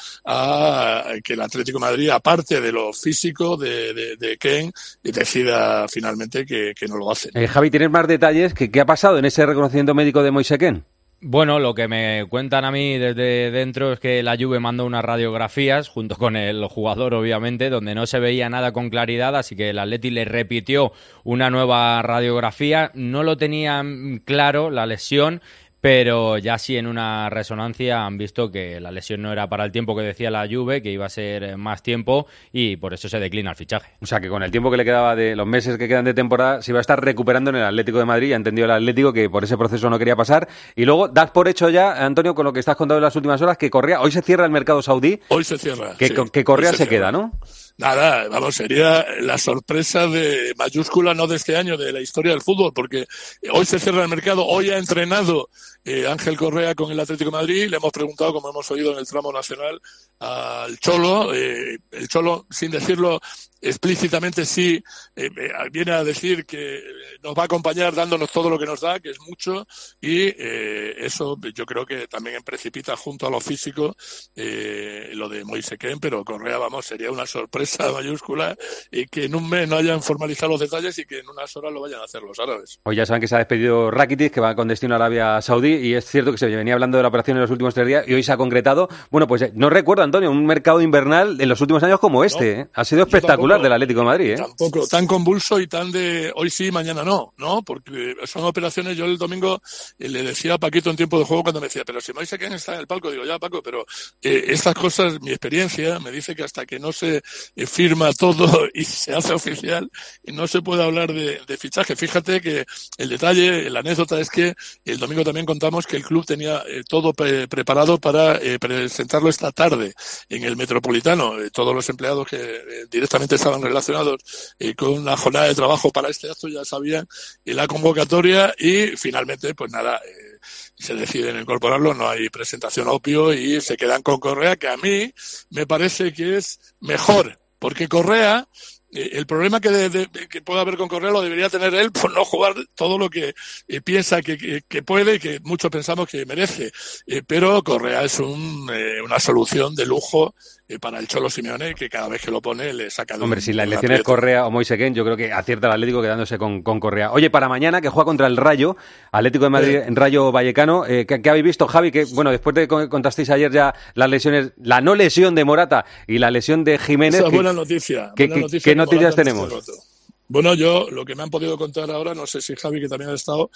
a que el Atlético de Madrid, aparte de lo físico de, de, de Kean, decida finalmente que, que no lo hace. Eh, Javi, ¿tienes más detalles? ¿Qué, qué ha pasado en ese reconocimiento médico de Moise Kean? Bueno, lo que me cuentan a mí desde dentro es que la Juve mandó unas radiografías, junto con el jugador obviamente, donde no se veía nada con claridad, así que el Atleti le repitió una nueva radiografía. No lo tenían claro la lesión, pero ya sí en una resonancia han visto que la lesión no era para el tiempo que decía la Juve, que iba a ser más tiempo, y por eso se declina el fichaje. O sea que con el tiempo que le quedaba de los meses que quedan de temporada se iba a estar recuperando en el Atlético de Madrid. Ya entendió el Atlético que por ese proceso no quería pasar. Y luego das por hecho ya, Antonio, con lo que estás contando en las últimas horas, que Correa, hoy se cierra el mercado saudí. Hoy se cierra. Que, sí, que Correa se, se queda, ¿no? Nada, vamos, sería la sorpresa de mayúscula, no de este año, de la historia del fútbol, porque hoy se cierra el mercado, hoy ha entrenado eh, Ángel Correa con el Atlético de Madrid, le hemos preguntado, como hemos oído en el tramo nacional, al Cholo, eh, el Cholo, sin decirlo explícitamente, sí, eh, viene a decir que nos va a acompañar dándonos todo lo que nos da, que es mucho, y eh, eso yo creo que también precipita junto a lo físico eh, lo de Moise Kean, pero Correa, vamos, sería una sorpresa mayúscula y que en un mes no hayan formalizado los detalles y que en unas horas lo vayan a hacer los árabes. Hoy ya saben que se ha despedido Rakitic, que va con destino a Arabia Saudí, y es cierto que se venía hablando de la operación en los últimos tres días y hoy se ha concretado. Bueno, pues eh, no recuerdo, Antonio, un mercado invernal en los últimos años como este. No, ¿eh? Ha sido espectacular tampoco, del Atlético de Madrid. ¿eh? Tampoco, tan convulso y tan de hoy sí, mañana no, ¿no? Porque son operaciones, yo el domingo eh, le decía a Paquito en tiempo de juego cuando me decía, pero si Moise Kean está en el palco, digo, ya Paco, pero eh, estas cosas, mi experiencia me dice que hasta que no se eh, firma todo y se hace oficial, no se puede hablar de, de fichaje. Fíjate que el detalle, la anécdota es que el domingo también contamos que el club tenía eh, todo pre- preparado para eh, presentarlo esta tarde en el Metropolitano. Eh, todos los empleados que eh, directamente estaban relacionados eh, con la jornada de trabajo para este acto ya sabían eh, la convocatoria y finalmente, pues nada, eh, se deciden incorporarlo, no hay presentación obvio y se quedan con Correa, que a mí me parece que es mejor, porque Correa, eh, el problema que, de, de, que pueda haber con Correa lo debería tener él por no jugar todo lo que eh, piensa que, que, que puede y que muchos pensamos que merece, eh, pero Correa es un, eh, una solución de lujo eh, para el Cholo Simeone, que cada vez que lo pone le saca de Hombre, un, si la de elección es Correa o Moise Kean, yo creo que acierta el Atlético quedándose con, con Correa. Oye, para mañana, que juega contra el Rayo, Atlético de Madrid, en Rayo Vallecano, eh, ¿qué, ¿qué habéis visto, Javi? Que, bueno, después de que contasteis ayer ya las lesiones, la no lesión de Morata y la lesión de Jiménez. Esa es que, buena noticia. Que, buena que, noticia ¿Qué noticias tenemos? Bueno, yo lo que me han podido contar ahora, no sé si Javi, que también ha estado,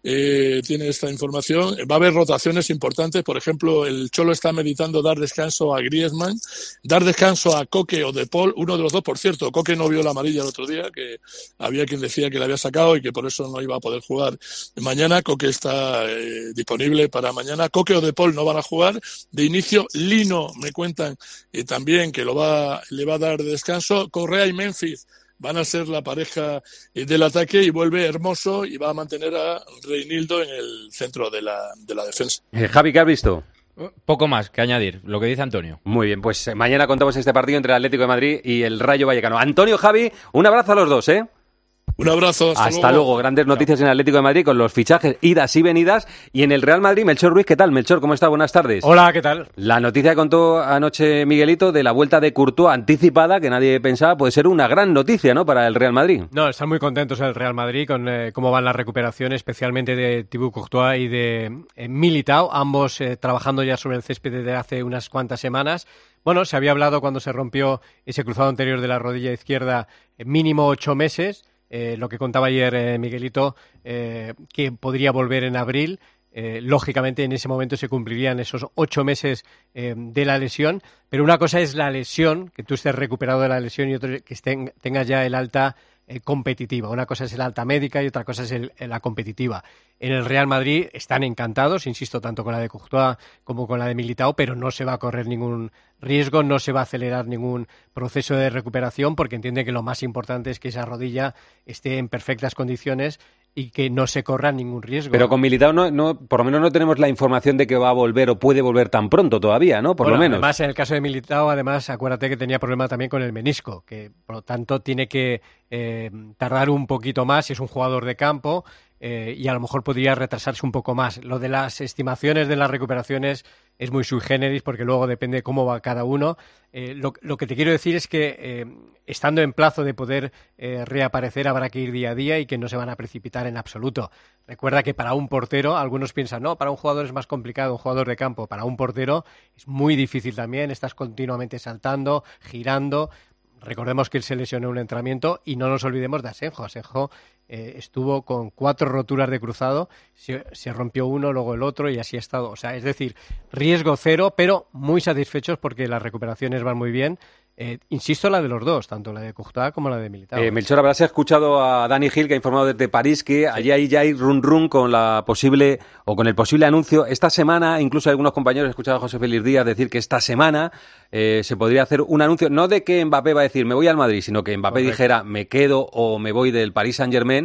eh, tiene esta información, va a haber rotaciones importantes. Por ejemplo, el Cholo está meditando dar descanso a Griezmann, dar descanso a Coque o De Paul, uno de los dos, por cierto. Coque no vio la amarilla el otro día, que había quien decía que la había sacado y que por eso no iba a poder jugar mañana. Coque está eh, disponible para mañana. Coque o De Paul no van a jugar. De inicio, Lino, me cuentan eh, también que lo va, le va a dar descanso. Correa y Memphis van a ser la pareja del ataque y vuelve Hermoso y va a mantener a Reinildo en el centro de la, de la defensa. Eh, Javi, ¿qué has visto? Poco más que añadir, lo que dice Antonio. Muy bien, pues eh, mañana contamos este partido entre el Atlético de Madrid y el Rayo Vallecano. Antonio, Javi, un abrazo a los dos, ¿eh? Un abrazo. Hasta, hasta luego. luego. Grandes noticias en el Atlético de Madrid con los fichajes, idas y venidas. Y en el Real Madrid, Melchor Ruiz, ¿qué tal? Melchor, ¿cómo está? Buenas tardes. Hola, ¿qué tal? La noticia que contó anoche Miguelito de la vuelta de Courtois anticipada, que nadie pensaba, puede ser una gran noticia, ¿no?, para el Real Madrid. No, están muy contentos el Real Madrid con eh, cómo van las recuperaciones, especialmente de Thibaut Courtois y de eh, Militao, ambos eh, trabajando ya sobre el césped desde hace unas cuantas semanas. Bueno, se había hablado cuando se rompió ese cruzado anterior de la rodilla izquierda, eh, mínimo ocho meses. Eh, lo que contaba ayer eh, Miguelito, eh, que podría volver en abril. Eh, lógicamente, en ese momento se cumplirían esos ocho meses eh, de la lesión. Pero una cosa es la lesión, que tú estés recuperado de la lesión, y otra que estén, tengas ya el alta eh, competitiva. Una cosa es el alta médica y otra cosa es el, la competitiva. En el Real Madrid están encantados, insisto, tanto con la de Courtois como con la de Militao, pero no se va a correr ningún riesgo, no se va a acelerar ningún proceso de recuperación, porque entienden que lo más importante es que esa rodilla esté en perfectas condiciones y que no se corra ningún riesgo. Pero con Militao, no, no, por lo menos no tenemos la información de que va a volver o puede volver tan pronto todavía, ¿no? Por bueno, lo menos. Además, en el caso de Militao, además, acuérdate que tenía problema también con el menisco, que por lo tanto tiene que eh, tardar un poquito más si es un jugador de campo. Eh, y a lo mejor podría retrasarse un poco más. Lo de las estimaciones de las recuperaciones es muy sui generis, porque luego depende de cómo va cada uno. Eh, lo, lo que te quiero decir es que eh, estando en plazo de poder eh, reaparecer, habrá que ir día a día y que no se van a precipitar en absoluto. Recuerda que para un portero, algunos piensan, no, para un jugador es más complicado, un jugador de campo. Para un portero es muy difícil también, estás continuamente saltando, girando. Recordemos que él se lesionó en un entrenamiento y no nos olvidemos de Asenjo. Asenjo eh, estuvo con cuatro roturas de cruzado, se, se rompió uno, luego el otro y así ha estado. O sea, es decir, riesgo cero, pero muy satisfechos porque las recuperaciones van muy bien. Eh, insisto, la de los dos, tanto la de Courtois como la de Militao. Eh, Melchor, habrás escuchado a Dani Gil, que ha informado desde París que sí. allí hay ya hay run run con la posible o con el posible anuncio esta semana. Incluso algunos compañeros, he escuchado a José Félix Díaz decir que esta semana eh, se podría hacer un anuncio, no de que Mbappé va a decir me voy al Madrid, sino que Mbappé Correcto. dijera me quedo o me voy del Paris Saint-Germain.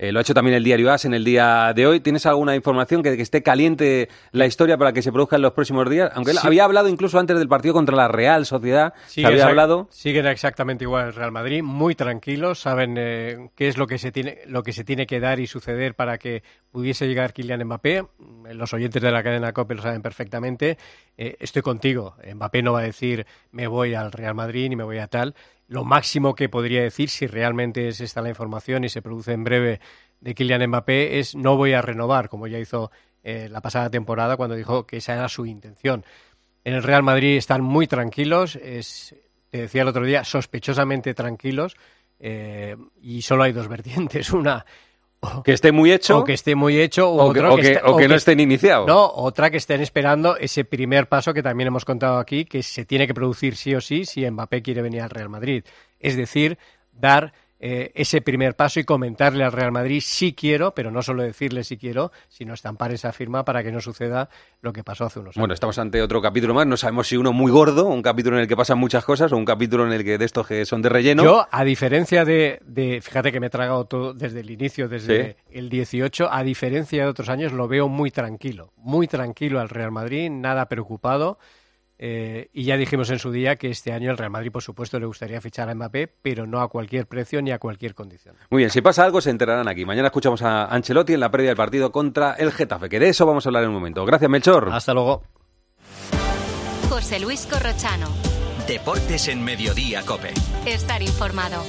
Eh, lo ha hecho también el diario AS en el día de hoy. ¿Tienes alguna información que, que esté caliente la historia para que se produzca en los próximos días? Aunque él Sí. había hablado incluso antes del partido contra la Real Sociedad. Sigue había exact- hablado. Siguen exactamente igual el Real Madrid, muy tranquilos, saben eh, qué es lo que se tiene lo que se tiene que dar y suceder para que pudiese llegar Kylian Mbappé. Los oyentes de la cadena COPE lo saben perfectamente. Eh, estoy contigo. Mbappé no va a decir me voy al Real Madrid ni me voy a tal. Lo máximo que podría decir, si realmente es esta la información y se produce en breve de Kylian Mbappé, es no voy a renovar, como ya hizo eh, la pasada temporada cuando dijo que esa era su intención. En el Real Madrid están muy tranquilos, es, te decía el otro día, sospechosamente tranquilos, eh, y solo hay dos vertientes. Una, o, Que esté muy hecho. o que esté muy hecho, u o otro que, o que- está- o que no estén iniciados. No, otra que estén esperando ese primer paso que también hemos contado aquí, que se tiene que producir sí o sí si Mbappé quiere venir al Real Madrid. Es decir, dar eh, ese primer paso y comentarle al Real Madrid sí quiero, pero no solo decirle sí quiero, sino estampar esa firma para que no suceda lo que pasó hace unos años. Bueno, estamos ante otro capítulo más. No sabemos si uno muy gordo, un capítulo en el que pasan muchas cosas, o un capítulo en el que de estos que son de relleno. Yo, a diferencia de, de, fíjate que me he tragado todo desde el inicio, desde Sí. el dieciocho, a diferencia de otros años, lo veo muy tranquilo, muy tranquilo al Real Madrid, nada preocupado. Eh, y ya dijimos en su día que este año el Real Madrid, por supuesto, le gustaría fichar a Mbappé, pero no a cualquier precio ni a cualquier condición. Muy bien, si pasa algo se enterarán aquí. Mañana escuchamos a Ancelotti en la previa del partido contra el Getafe, que de eso vamos a hablar en un momento. Gracias, Melchor. Hasta luego. José Luis Corrochano. Deportes en Mediodía, COPE. Estar informado.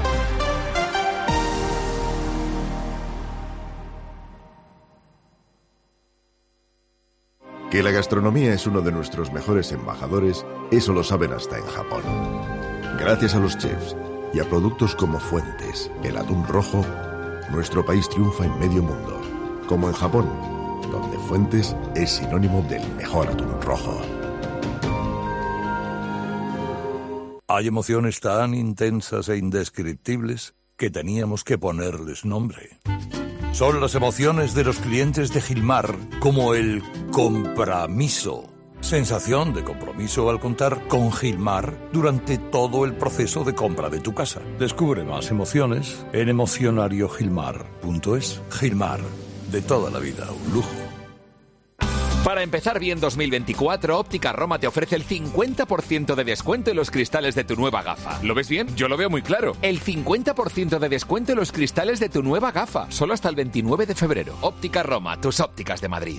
Que la gastronomía es uno de nuestros mejores embajadores, eso lo saben hasta en Japón. Gracias a los chefs y a productos como Fuentes, el atún rojo, nuestro país triunfa en medio mundo, como en Japón, donde Fuentes es sinónimo del mejor atún rojo. Hay emociones tan intensas e indescriptibles que teníamos que ponerles nombre. Son las emociones de los clientes de Gilmar, como el compromiso. Sensación de compromiso al contar con Gilmar durante todo el proceso de compra de tu casa. Descubre más emociones en emocionario gilmar punto es. Gilmar, de toda la vida, un lujo. Para empezar bien dos mil veinticuatro, Óptica Roma te ofrece el cincuenta por ciento de descuento en los cristales de tu nueva gafa. ¿Lo ves bien? Yo lo veo muy claro. El cincuenta por ciento de descuento en los cristales de tu nueva gafa. Solo hasta el veintinueve de febrero. Óptica Roma, tus ópticas de Madrid.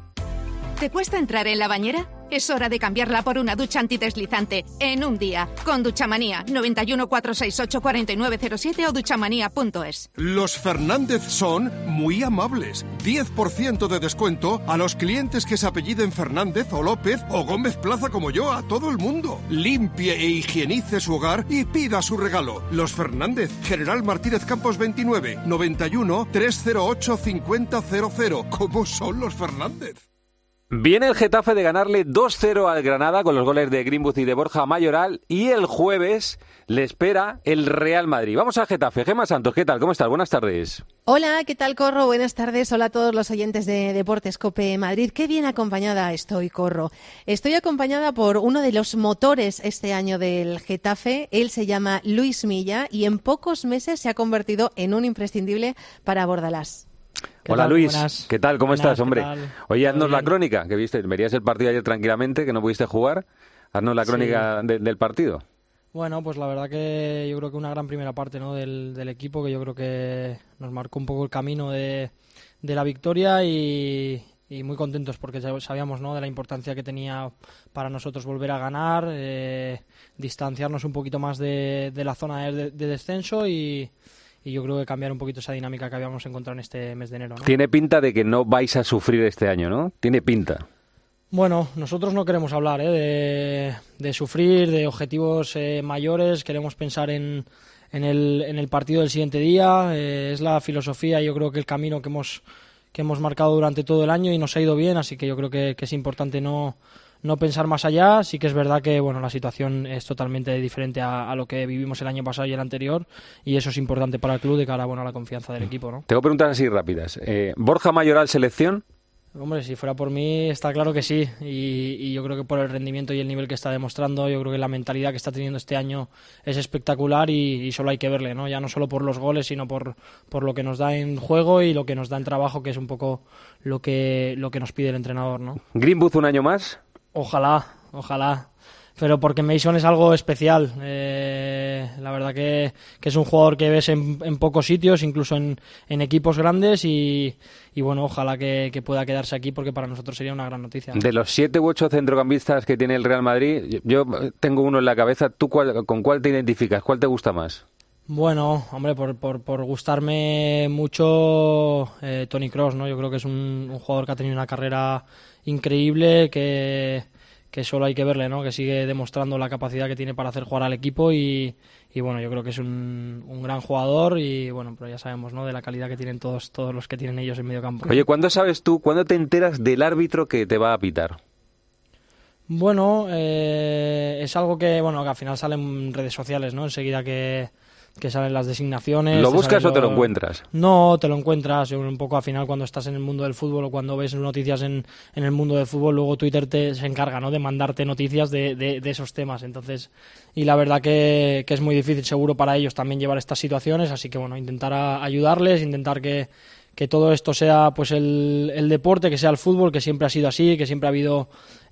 ¿Te cuesta entrar en la bañera? Es hora de cambiarla por una ducha antideslizante en un día. Con Duchamanía, noventa y uno, cuatrocientos sesenta y ocho, cuarenta y nueve cero siete o duchamanía punto es. Los Fernández son muy amables. diez por ciento de descuento a los clientes que se apelliden Fernández o López o Gómez Plaza como yo, a todo el mundo. Limpie e higienice su hogar y pida su regalo. Los Fernández, General Martínez Campos veintinueve, noventa y uno, trescientos ocho, cincuenta cero cero. ¿Cómo son los Fernández? Viene el Getafe de ganarle dos cero al Granada con los goles de Greenwood y de Borja Mayoral, y el jueves le espera el Real Madrid. Vamos al Getafe. Gemma Santos, ¿qué tal? ¿Cómo estás? Buenas tardes. Hola, ¿qué tal, Corro? Buenas tardes. Hola a todos los oyentes de Deportes COPE Madrid. Qué bien acompañada estoy, Corro. Estoy acompañada por uno de los motores este año del Getafe. Él se llama Luis Milla y en pocos meses se ha convertido en un imprescindible para Bordalás. Hola tal? Luis, Buenas. ¿qué tal? ¿Cómo Buenas, estás, ¿qué hombre? tal? Oye, haznos ¿Todo la bien? crónica, que viste, verías el partido ayer tranquilamente, que no pudiste jugar. Haznos la Sí. crónica de- del partido. Bueno, pues la verdad que yo creo que una gran primera parte, ¿no?, del, del equipo, que yo creo que nos marcó un poco el camino de, de la victoria y, y muy contentos porque ya sabíamos, ¿no?, de la importancia que tenía para nosotros volver a ganar, eh, distanciarnos un poquito más de, de la zona de, de descenso y, y yo creo que cambiar un poquito esa dinámica que habíamos encontrado en este mes de enero, ¿no? Tiene pinta de que no vais a sufrir este año, ¿no? Tiene pinta. Bueno, nosotros no queremos hablar ¿eh? de, de sufrir, de objetivos eh, mayores, queremos pensar en, en, el, en el partido del siguiente día, eh, es la filosofía y yo creo que el camino que hemos, que hemos marcado durante todo el año y nos ha ido bien, así que yo creo que, que es importante no, no pensar más allá. Sí que es verdad que bueno, la situación es totalmente diferente a, a lo que vivimos el año pasado y el anterior y eso es importante para el club de cara bueno, a la confianza del equipo, ¿no? Tengo preguntas así rápidas. Eh, ¿Borja Mayoral selección? Hombre, si fuera por mí, está claro que sí. Y, y yo creo que por el rendimiento y el nivel que está demostrando, yo creo que la mentalidad que está teniendo este año es espectacular y, y solo hay que verle, ¿no? Ya no solo por los goles, sino por, por lo que nos da en juego y lo que nos da en trabajo, que es un poco lo que, lo que nos pide el entrenador, ¿no? ¿Greenwood un año más? Ojalá, ojalá. Pero porque Mason es algo especial. Eh, la verdad que, que es un jugador que ves en, en pocos sitios, incluso en, en equipos grandes y, y bueno, ojalá que, que pueda quedarse aquí porque para nosotros sería una gran noticia. De los siete u ocho centrocampistas que tiene el Real Madrid, yo tengo uno en la cabeza. ¿Tú cuál, con cuál te identificas? ¿Cuál te gusta más? Bueno, hombre, por, por, por gustarme mucho eh, Toni Kroos, ¿no? Yo creo que es un, un jugador que ha tenido una carrera increíble, que... que solo hay que verle, ¿no? Que sigue demostrando la capacidad que tiene para hacer jugar al equipo y, y bueno, yo creo que es un, un gran jugador y bueno, pero ya sabemos, ¿no? De la calidad que tienen todos todos los que tienen ellos en medio campo. Oye, ¿cuándo sabes tú, cuándo te enteras del árbitro que te va a pitar? Bueno, eh, es algo que, bueno, que al final sale en redes sociales, ¿no? Enseguida que... que salen las designaciones. ¿Lo buscas lo... o te lo encuentras? No, te lo encuentras. Un poco al final cuando estás en el mundo del fútbol o cuando ves noticias en, en el mundo del fútbol, luego Twitter te, se encarga, ¿no? de mandarte noticias de, de, de esos temas. Entonces, y la verdad que, que es muy difícil seguro para ellos también llevar estas situaciones, así que bueno, intentar a, ayudarles, intentar que, que todo esto sea pues el, el deporte, que sea el fútbol, que siempre ha sido así, que siempre ha habido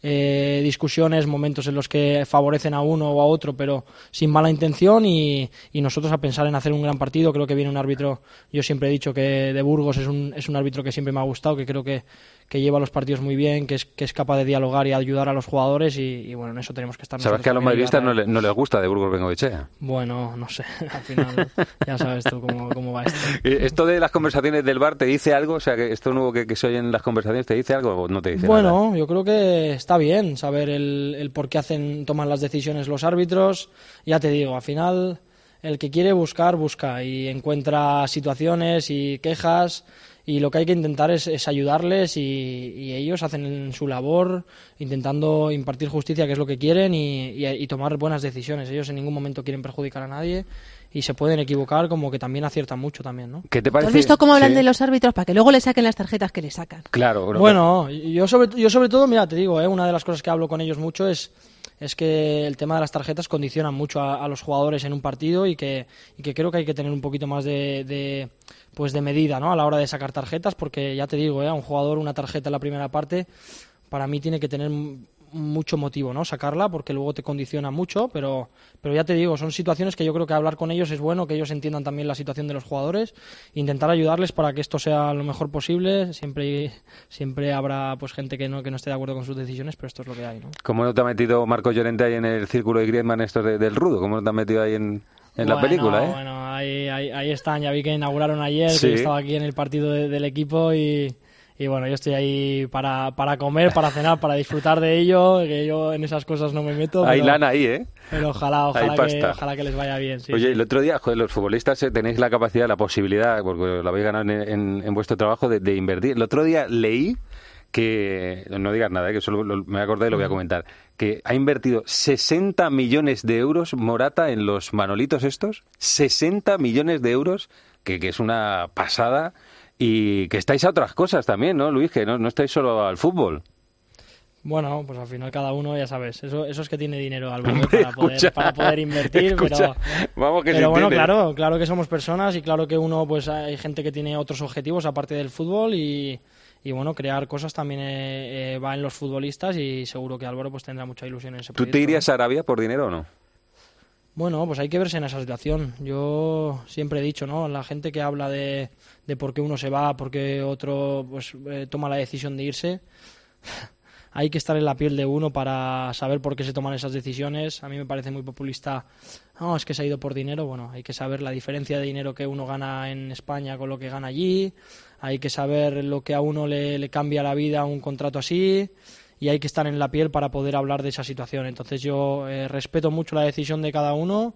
eh, discusiones, momentos en los que favorecen a uno o a otro, pero sin mala intención y, y nosotros a pensar en hacer un gran partido. Creo que viene un árbitro, yo siempre he dicho que de Burgos es un, es un árbitro que siempre me ha gustado, que creo que, que lleva los partidos muy bien, que es, que es capaz de dialogar y ayudar a los jugadores y, y bueno, en eso tenemos que estar. Sabes que a los madridistas no, le, no les gusta de Burgos Bengoechea. Bueno, no sé, al final ya sabes tú cómo, cómo va esto. ¿Esto de las conversaciones del bar te dice algo? O sea, que esto nuevo que, que se oye en las conversaciones, ¿te dice algo o no te dice bueno, nada? Bueno, yo creo que está bien saber el, el por qué hacen, toman las decisiones los árbitros. Ya te digo, al final el que quiere buscar, busca y encuentra situaciones y quejas. Y lo que hay que intentar es, es ayudarles y, y ellos hacen su labor intentando impartir justicia, que es lo que quieren, y, y, y tomar buenas decisiones. Ellos en ningún momento quieren perjudicar a nadie y se pueden equivocar, como que también aciertan mucho también, ¿no? ¿Qué te parece? ¿Tú has visto cómo hablan sí. de los árbitros para que luego le saquen las tarjetas que le sacan? Claro. Bueno, bueno yo, sobre, yo sobre todo, mira, te digo, ¿eh? una de las cosas que hablo con ellos mucho es... es que el tema de las tarjetas condiciona mucho a, a los jugadores en un partido y que, y que creo que hay que tener un poquito más de, de, pues de medida, ¿no? A la hora de sacar tarjetas, porque ya te digo, ¿eh? a un jugador una tarjeta en la primera parte para mí tiene que tener mucho motivo, ¿no? Sacarla, porque luego te condiciona mucho, pero, pero ya te digo, son situaciones que yo creo que hablar con ellos es bueno, que ellos entiendan también la situación de los jugadores, intentar ayudarles para que esto sea lo mejor posible. Siempre siempre habrá pues gente que no que no esté de acuerdo con sus decisiones, pero esto es lo que hay, ¿no? ¿Cómo no te ha metido Marco Llorente ahí en el círculo de Griezmann estos de, del Rudo? ¿Cómo no te ha metido ahí en, en bueno, la película, eh? Bueno, ahí, ahí, ahí están, ya vi que inauguraron ayer, sí. que estaba aquí en el partido de, del equipo y... Y bueno, yo estoy ahí para, para comer, para cenar, para disfrutar de ello, que yo en esas cosas no me meto. Hay pero, lana ahí, ¿eh? Pero ojalá, ojalá, que, ojalá que les vaya bien. Sí, Oye, sí. el otro día, joder, los futbolistas eh, tenéis la capacidad, la posibilidad, porque lo habéis ganado en, en, en vuestro trabajo, de, de invertir. El otro día leí que, no digas nada, eh, que solo lo, me acordé y lo voy a comentar, que ha invertido sesenta millones de euros Morata en los Manolitos estos, sesenta millones de euros, que, que es una pasada. Y que estáis a otras cosas también, ¿no, Luis? Que no, no estáis solo al fútbol. Bueno, pues al final cada uno, ya sabes, eso, eso es que tiene dinero al bolsillo para, poder, para poder invertir, escucha, pero, vamos que pero bueno, tiene. claro, claro que somos personas y claro que uno, pues hay gente que tiene otros objetivos aparte del fútbol y, y bueno, crear cosas también eh, eh, va en los futbolistas y seguro que Álvaro pues tendrá mucha ilusión en ese proyecto. ¿Tú te irías a Arabia por dinero o no? Bueno, pues hay que verse en esa situación. Yo siempre he dicho, ¿no? La gente que habla de, de por qué uno se va, por qué otro pues eh, toma la decisión de irse, hay que estar en la piel de uno para saber por qué se toman esas decisiones. A mí me parece muy populista, no, es que se ha ido por dinero. Bueno, hay que saber la diferencia de dinero que uno gana en España con lo que gana allí, hay que saber lo que a uno le, le cambia la vida un contrato así, y hay que estar en la piel para poder hablar de esa situación. Entonces yo eh, respeto mucho la decisión de cada uno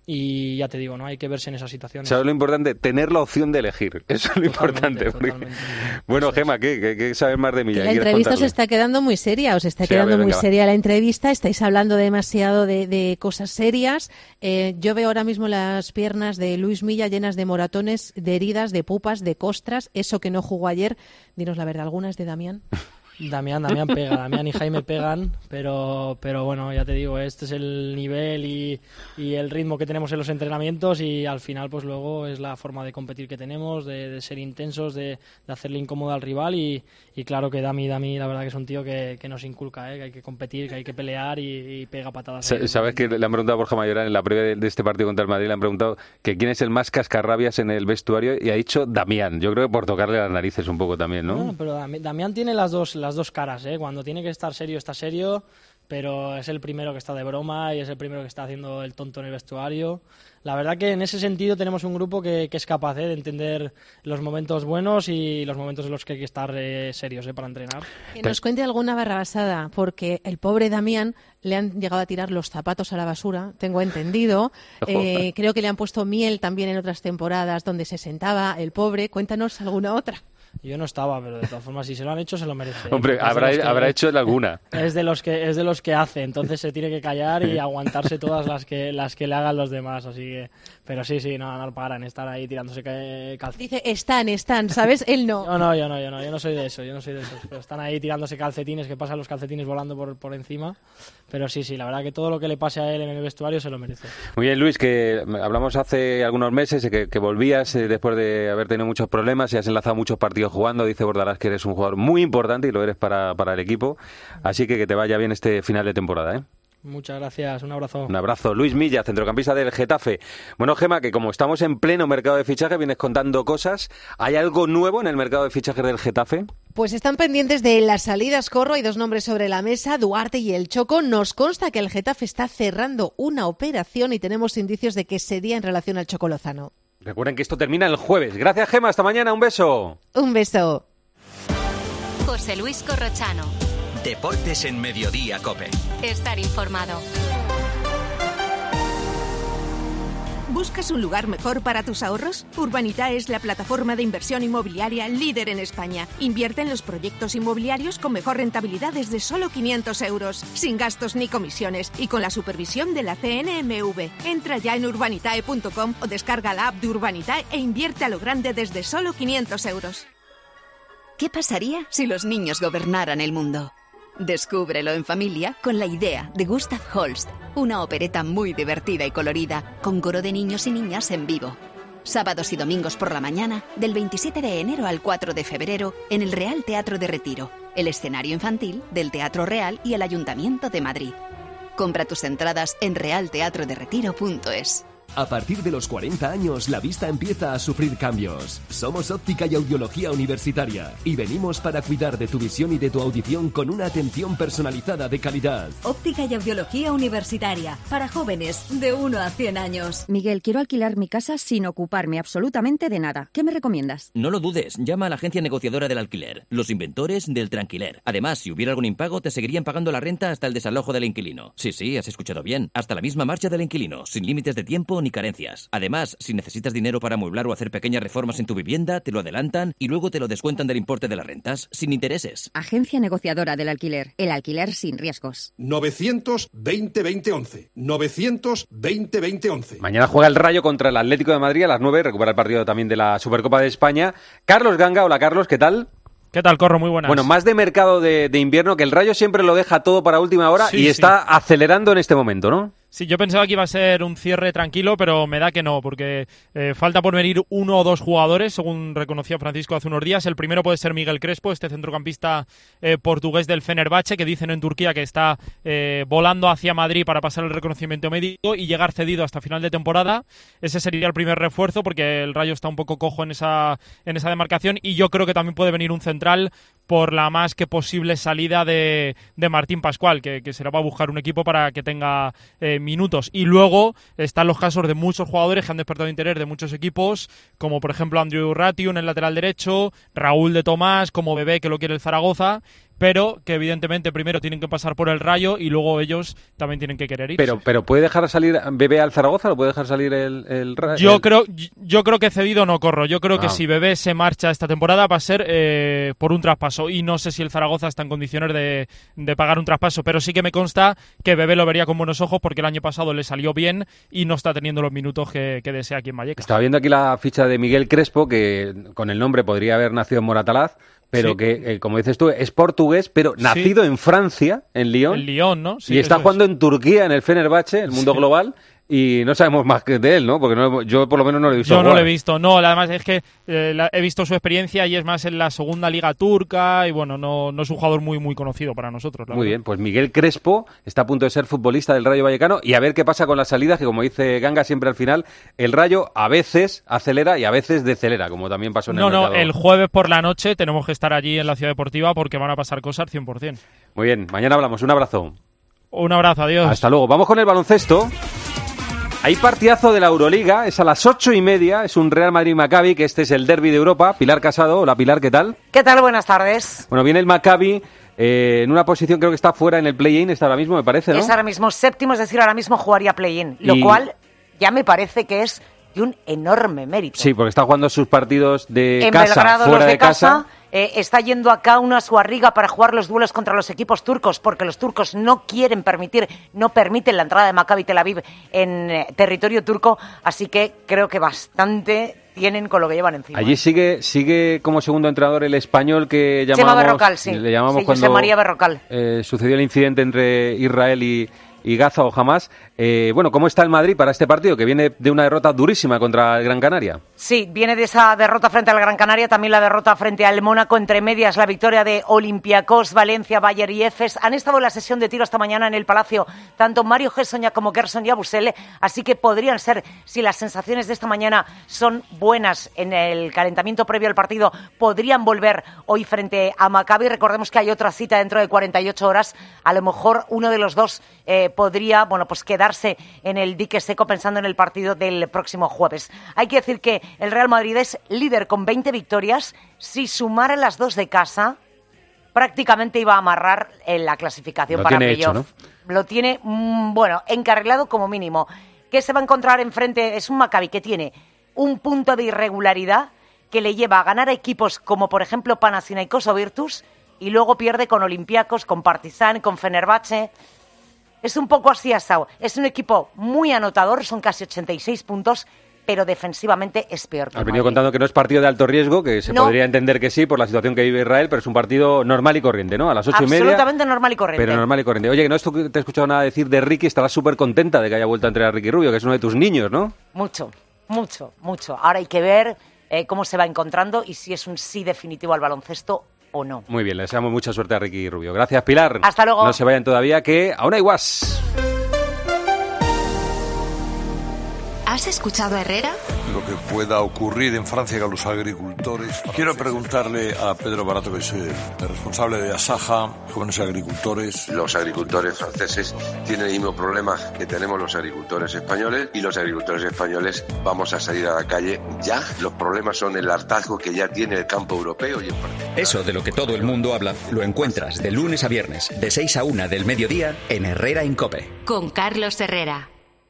y ya te digo, ¿no? Hay que verse en esas situaciones. ¿Sabes lo importante? Tener la opción de elegir. Eso es lo Totalmente, importante. totalmente. Bueno, Gema, ¿qué, qué, qué sabes más de mí? La entrevista os está quedando muy seria, os está Sí, quedando a ver, muy venga, seria la entrevista, estáis hablando demasiado de, de cosas serias. Eh, yo veo ahora mismo las piernas de Luis Milla llenas de moratones, de heridas, de pupas, de costras, eso que no jugó ayer. Dinos la verdad, ¿algunas de Damián? Damián, Damián pega, Damián y Jaime pegan, pero, pero bueno, ya te digo, este es el nivel y, y el ritmo que tenemos en los entrenamientos y al final pues luego es la forma de competir que tenemos, de, de ser intensos, de, de hacerle incómodo al rival y, y claro que Dami, Dami la verdad que es un tío que, que nos inculca, ¿eh? Que hay que competir, que hay que pelear y, y pega patadas. Sa- ¿Sabes que le han preguntado a Borja Mayoral en la previa de, de este partido contra el Madrid? Le han preguntado que quién es el más cascarrabias en el vestuario y ha dicho Damián. Yo creo que por tocarle las narices un poco también, ¿no? No, pero Dami- Damián tiene las dos, las dos caras, ¿eh? Cuando tiene que estar serio, está serio, pero es el primero que está de broma y es el primero que está haciendo el tonto en el vestuario. La verdad que en ese sentido tenemos un grupo que, que es capaz, ¿eh? De entender los momentos buenos y los momentos en los que hay que estar eh, serios, ¿eh? Para entrenar. Que nos cuente alguna barrabasada, porque el pobre Damián le han llegado a tirar los zapatos a la basura, tengo entendido. Eh, creo que le han puesto miel también en otras temporadas donde se sentaba el pobre. Cuéntanos alguna otra. Yo no estaba, pero de todas formas, si se lo han hecho, se lo merece. Hombre, Es de habrá, los que- habrá hecho en alguna. Es de los que es de los que hace, entonces se tiene que callar y aguantarse todas las que las que le hagan los demás, así que, pero sí, sí, no, no paran, estar ahí tirándose ca- calcetines. Dice, están, están, ¿sabes? Él no. No, no, yo no, yo no, yo no soy de eso, yo no soy de esos, pero están ahí tirándose calcetines, que pasan los calcetines volando por, por encima, pero sí, sí, la verdad que todo lo que le pase a él en el vestuario se lo merece. Muy bien, Luis, que hablamos hace algunos meses que, que volvías eh, después de haber tenido muchos problemas y has enlazado muchos partidos jugando. Dice Bordalás que eres un jugador muy importante y lo eres para, para el equipo. Así que que te vaya bien este final de temporada, ¿eh? Muchas gracias, un abrazo. Un abrazo. Luis Milla, centrocampista del Getafe. Bueno, Gema, que como estamos en pleno mercado de fichaje, vienes contando cosas. ¿Hay algo nuevo en el mercado de fichajes del Getafe? Pues están pendientes de las salidas, Corro. Hay dos nombres sobre la mesa, Duarte y el Choco. Nos consta que el Getafe está cerrando una operación y tenemos indicios de que sería en relación al Choco Lozano. Recuerden que esto termina el jueves. Gracias, Gema. Hasta mañana. Un beso. Un beso. José Luis Corrochano. Deportes en Mediodía, COPE. Estar informado. ¿Buscas un lugar mejor para tus ahorros? Urbanita es la plataforma de inversión inmobiliaria líder en España. Invierte en los proyectos inmobiliarios con mejor rentabilidad desde solo quinientos euros, sin gastos ni comisiones y con la supervisión de la C N M V. Entra ya en urbanitae punto com o descarga la app de Urbanitae e invierte a lo grande desde solo quinientos euros. ¿Qué pasaría si los niños gobernaran el mundo? Descúbrelo en familia con La idea de Gustav Holst, una opereta muy divertida y colorida, con coro de niños y niñas en vivo. Sábados y domingos por la mañana, del veintisiete de enero al cuatro de febrero, en el Real Teatro de Retiro, el escenario infantil del Teatro Real y el Ayuntamiento de Madrid. Compra tus entradas en real teatro de retiro punto es. A partir de los cuarenta años, la vista empieza a sufrir cambios. Somos Óptica y Audiología Universitaria y venimos para cuidar de tu visión y de tu audición con una atención personalizada de calidad. Óptica y Audiología Universitaria, para jóvenes de uno a cien años. Miguel, quiero alquilar mi casa sin ocuparme absolutamente de nada. ¿Qué me recomiendas? No lo dudes, llama a la agencia negociadora del alquiler, los inventores del tranquiler. Además, si hubiera algún impago, te seguirían pagando la renta hasta el desalojo del inquilino. Sí, sí, has escuchado bien. Hasta la misma marcha del inquilino, sin límites de tiempo ni carencias. Además, si necesitas dinero para amueblar o hacer pequeñas reformas en tu vivienda, te lo adelantan y luego te lo descuentan del importe de las rentas, sin intereses. Agencia negociadora del alquiler. El alquiler sin riesgos. novecientos veinte veinte once. novecientos veinte veinte once. Mañana juega el Rayo contra el Atlético de Madrid a las nueve. Recupera el partido también de la Supercopa de España. Carlos Ganga, hola Carlos, ¿qué tal? ¿Qué tal, Corro? Muy buenas. Bueno, más de mercado de, de invierno, que el Rayo siempre lo deja todo para última hora Sí, y sí. está acelerando en este momento, ¿no? Sí, yo pensaba que iba a ser un cierre tranquilo, pero me da que no, porque eh, falta por venir uno o dos jugadores, según reconocía Francisco hace unos días. El primero puede ser Miguel Crespo, este centrocampista eh, portugués del Fenerbahce, que dicen en Turquía que está eh, volando hacia Madrid para pasar el reconocimiento médico y llegar cedido hasta final de temporada. Ese sería el primer refuerzo, porque el Rayo está un poco cojo en esa, en esa demarcación, y yo creo que también puede venir un central por la más que posible salida de, de Martín Pascual, que, que se la va a buscar un equipo para que tenga eh, minutos. Y luego están los casos de muchos jugadores que han despertado interés de muchos equipos, como por ejemplo Andrew Ration en el lateral derecho, Raúl de Tomás, como Bebé, que lo quiere el Zaragoza, pero que evidentemente primero tienen que pasar por el Rayo y luego ellos también tienen que querer ir. Pero, pero ¿puede dejar salir Bebé al Zaragoza o puede dejar salir el, el Rayo? Yo el... creo, yo creo que cedido no corro. Yo creo Ah. que si Bebé se marcha esta temporada va a ser eh, por un traspaso y no sé si el Zaragoza está en condiciones de, de pagar un traspaso, pero sí que me consta que Bebé lo vería con buenos ojos porque el año pasado le salió bien y no está teniendo los minutos que, que desea aquí en Vallecas. Estaba viendo aquí la ficha de Miguel Crespo, que con el nombre podría haber nacido en Moratalaz, pero Sí. que, eh, como dices tú, es portugués, pero nacido Sí. en Francia, en Lyon. En Lyon, ¿no? Sí, y está eso es. jugando en Turquía, en el Fenerbahce, el mundo Sí. global, y no sabemos más que de él, ¿no? Porque no, yo por lo menos no lo he visto Yo no jugar. lo he visto, no, además es que eh, la- he visto su experiencia y es más en la segunda liga turca y bueno, no, no es un jugador muy muy conocido para nosotros. la Muy verdad. bien, pues Miguel Crespo está a punto de ser futbolista del Rayo Vallecano y a ver qué pasa con las salidas, que como dice Ganga siempre al final, el Rayo a veces acelera y a veces decelera, como también pasó en No, el no, mercado. el jueves por la noche tenemos que estar allí en la Ciudad Deportiva porque van a pasar cosas cien por ciento. Muy bien, mañana hablamos, un abrazo. Un abrazo, adiós. Hasta luego. Vamos con el baloncesto. Hay partidazo de la Euroliga, es a las ocho y media, es un Real Madrid-Maccabi, que este es el derbi de Europa. Pilar Casado, hola Pilar, ¿qué tal? ¿Qué tal? Buenas tardes. Bueno, viene el Maccabi eh, en una posición, creo que está fuera en el play-in, está ahora mismo, me parece, ¿no? Es ahora mismo séptimo, es decir, ahora mismo jugaría play-in, lo Y- cual ya me parece que es de un enorme mérito. Sí, porque está jugando sus partidos de en casa, Belgrado, fuera los de, de casa. casa, eh, está yendo acá una Suarriga para jugar los duelos contra los equipos turcos, porque los turcos no quieren permitir, no permiten la entrada de Maccabi Tel Aviv en eh, territorio turco, así que creo que bastante tienen con lo que llevan encima. Allí sigue sigue como segundo entrenador el español que Chema llamamos... Berrocal, sí. Le llamamos Sí, cuando José María Berrocal. eh, sucedió el incidente entre Israel y, y Gaza o Hamas. Eh, bueno, ¿cómo está el Madrid para este partido, que viene de una derrota durísima contra el Gran Canaria? Sí, viene de esa derrota frente al Gran Canaria, también la derrota frente al Mónaco, entre medias la victoria de Olympiacos, Valencia, Bayer y Efes. Han estado en la sesión de tiro esta mañana en el Palacio tanto Mario Gessoña como Gerson Yabusele, así que podrían ser, si las sensaciones de esta mañana son buenas en el calentamiento previo al partido, podrían volver hoy frente a Maccabi. Recordemos que hay otra cita dentro de cuarenta y ocho horas, a lo mejor uno de los dos eh, podría, bueno, pues quedarse en el dique seco pensando en el partido del próximo jueves. Hay que decir que el Real Madrid es líder con veinte victorias. Si sumara las dos de casa, prácticamente iba a amarrar en la clasificación Lo para tiene hecho, playoff. Lo tiene, mm, bueno, encarrilado como mínimo. ¿Qué se va a encontrar enfrente? Es un Maccabi que tiene un punto de irregularidad que le lleva a ganar a equipos como, por ejemplo, Panathinaikos o Virtus, y luego pierde con Olympiacos, con Partizan, con Fenerbahce. Es un poco así asado. Es un equipo muy anotador, son casi ochenta y seis puntos, pero defensivamente es peor que Has el venido Madrid. contando que no es partido de alto riesgo, que se No. podría entender que sí por la situación que vive Israel, pero es un partido normal y corriente, ¿no? A las ocho y media. Absolutamente normal y corriente. Pero normal y corriente. Oye, que no estu- te he escuchado nada decir de Ricky, estarás súper contenta de que haya vuelto a entrenar a Ricky Rubio, que es uno de tus niños, ¿no? Mucho, mucho, mucho. Ahora hay que ver eh, cómo se va encontrando y si es un sí definitivo al baloncesto o no. Muy bien, le deseamos mucha suerte a Ricky Rubio. Gracias, Pilar. Hasta luego. No se vayan todavía, que aún hay guas. ¿Has escuchado a Herrera? Lo que pueda ocurrir en Francia con los agricultores. Quiero preguntarle a Pedro Barato, que es el responsable de Asaja, jóvenes agricultores. Los agricultores franceses tienen el mismo problema que tenemos los agricultores españoles, y los agricultores españoles vamos a salir a la calle ya. Los problemas son el hartazgo que ya tiene el campo europeo y en particular. Eso de lo que todo el mundo habla lo encuentras de lunes a viernes, de seis a una del mediodía, en Herrera en COPE. Con Carlos Herrera.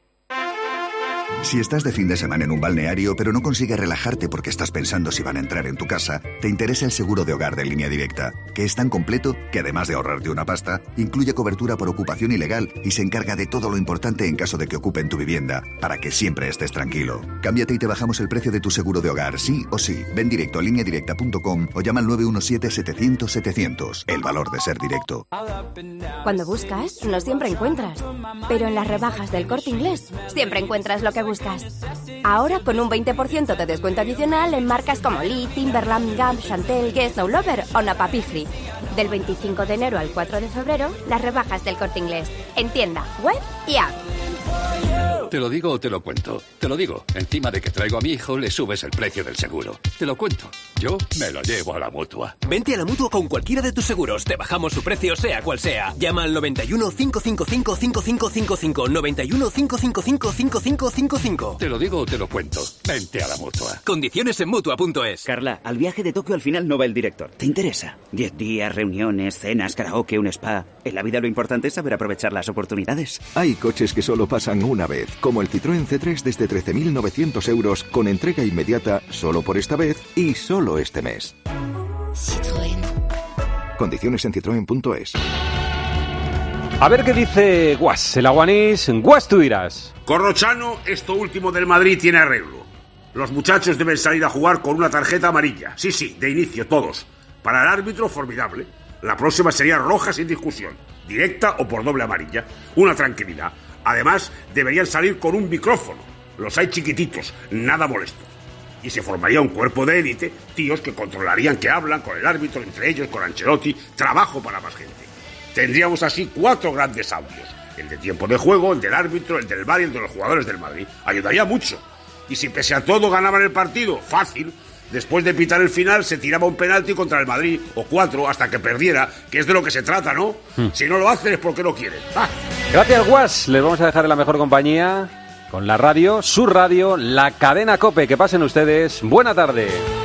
Si estás de fin de semana en un balneario pero no consigues relajarte porque estás pensando si van a entrar en tu casa, te interesa el seguro de hogar de Línea Directa, que es tan completo que además de ahorrarte una pasta, incluye cobertura por ocupación ilegal y se encarga de todo lo importante en caso de que ocupen tu vivienda, para que siempre estés tranquilo. Cámbiate y te bajamos el precio de tu seguro de hogar, sí o sí. Ven directo a línea directa punto com o llama al nueve uno siete, setecientos, setecientos. El valor de ser directo. Cuando buscas, no siempre encuentras. Pero en las rebajas del Corte Inglés, siempre encuentras lo que buscas. Ahora con un veinte por ciento de descuento adicional en marcas como Lee, Timberland, Gap, Chantel, Guess, No Lover o Napa Pifri. Del veinticinco de enero al cuatro de febrero, las rebajas del Corte Inglés. En tienda, web y app. seguro. Te lo digo o te lo cuento. Te lo digo. Encima de que traigo a mi hijo, le subes el precio del seguro. Te lo cuento. Yo me lo llevo a la Mutua. Vente a la Mutua con cualquiera de tus seguros. Te bajamos su precio, sea cual sea. Llama al noventa y uno, cinco cinco cinco, cinco cinco cinco cinco. noventa y uno, cinco cinco cinco, cinco cinco cinco cinco. Te lo digo o te lo cuento. Vente a la Mutua. Condiciones en Mutua punto es. Carla, al viaje de Tokio al final no va el director. ¿Te interesa? Diez días, reuniones, cenas, karaoke, un spa. En la vida lo importante es saber aprovechar las oportunidades. Hay coches que solo pasan una vez, como el Citroën C tres desde trece mil novecientos euros con entrega inmediata solo por esta vez y solo este mes. Citroën. Condiciones en citroen punto es. A ver qué dice Guas, el aguanís. Guas, tú irás. Corrochano, esto último del Madrid tiene arreglo. Los muchachos deben salir a jugar con una tarjeta amarilla. Sí, sí, de inicio, todos. Para el árbitro, formidable. La próxima sería roja sin discusión. Directa o por doble amarilla. Una tranquilidad. Además, deberían salir con un micrófono. Los hay chiquititos, nada molesto. Y se formaría un cuerpo de élite, tíos que controlarían que hablan con el árbitro, entre ellos con Ancelotti, trabajo para más gente. Tendríamos así cuatro grandes audios. El de tiempo de juego, el del árbitro, el del V A R y el de los jugadores del Madrid. Ayudaría mucho. Y si pese a todo ganaban el partido, fácil, después de pitar el final se tiraba un penalti contra el Madrid, o cuatro, hasta que perdiera, que es de lo que se trata, ¿no? Hmm. Si no lo hacen es porque no quieren. ¡Ah! Gracias, Guas. Les vamos a dejar en la mejor compañía, con la radio, su radio, la cadena COPE. Que pasen ustedes. Buena tarde.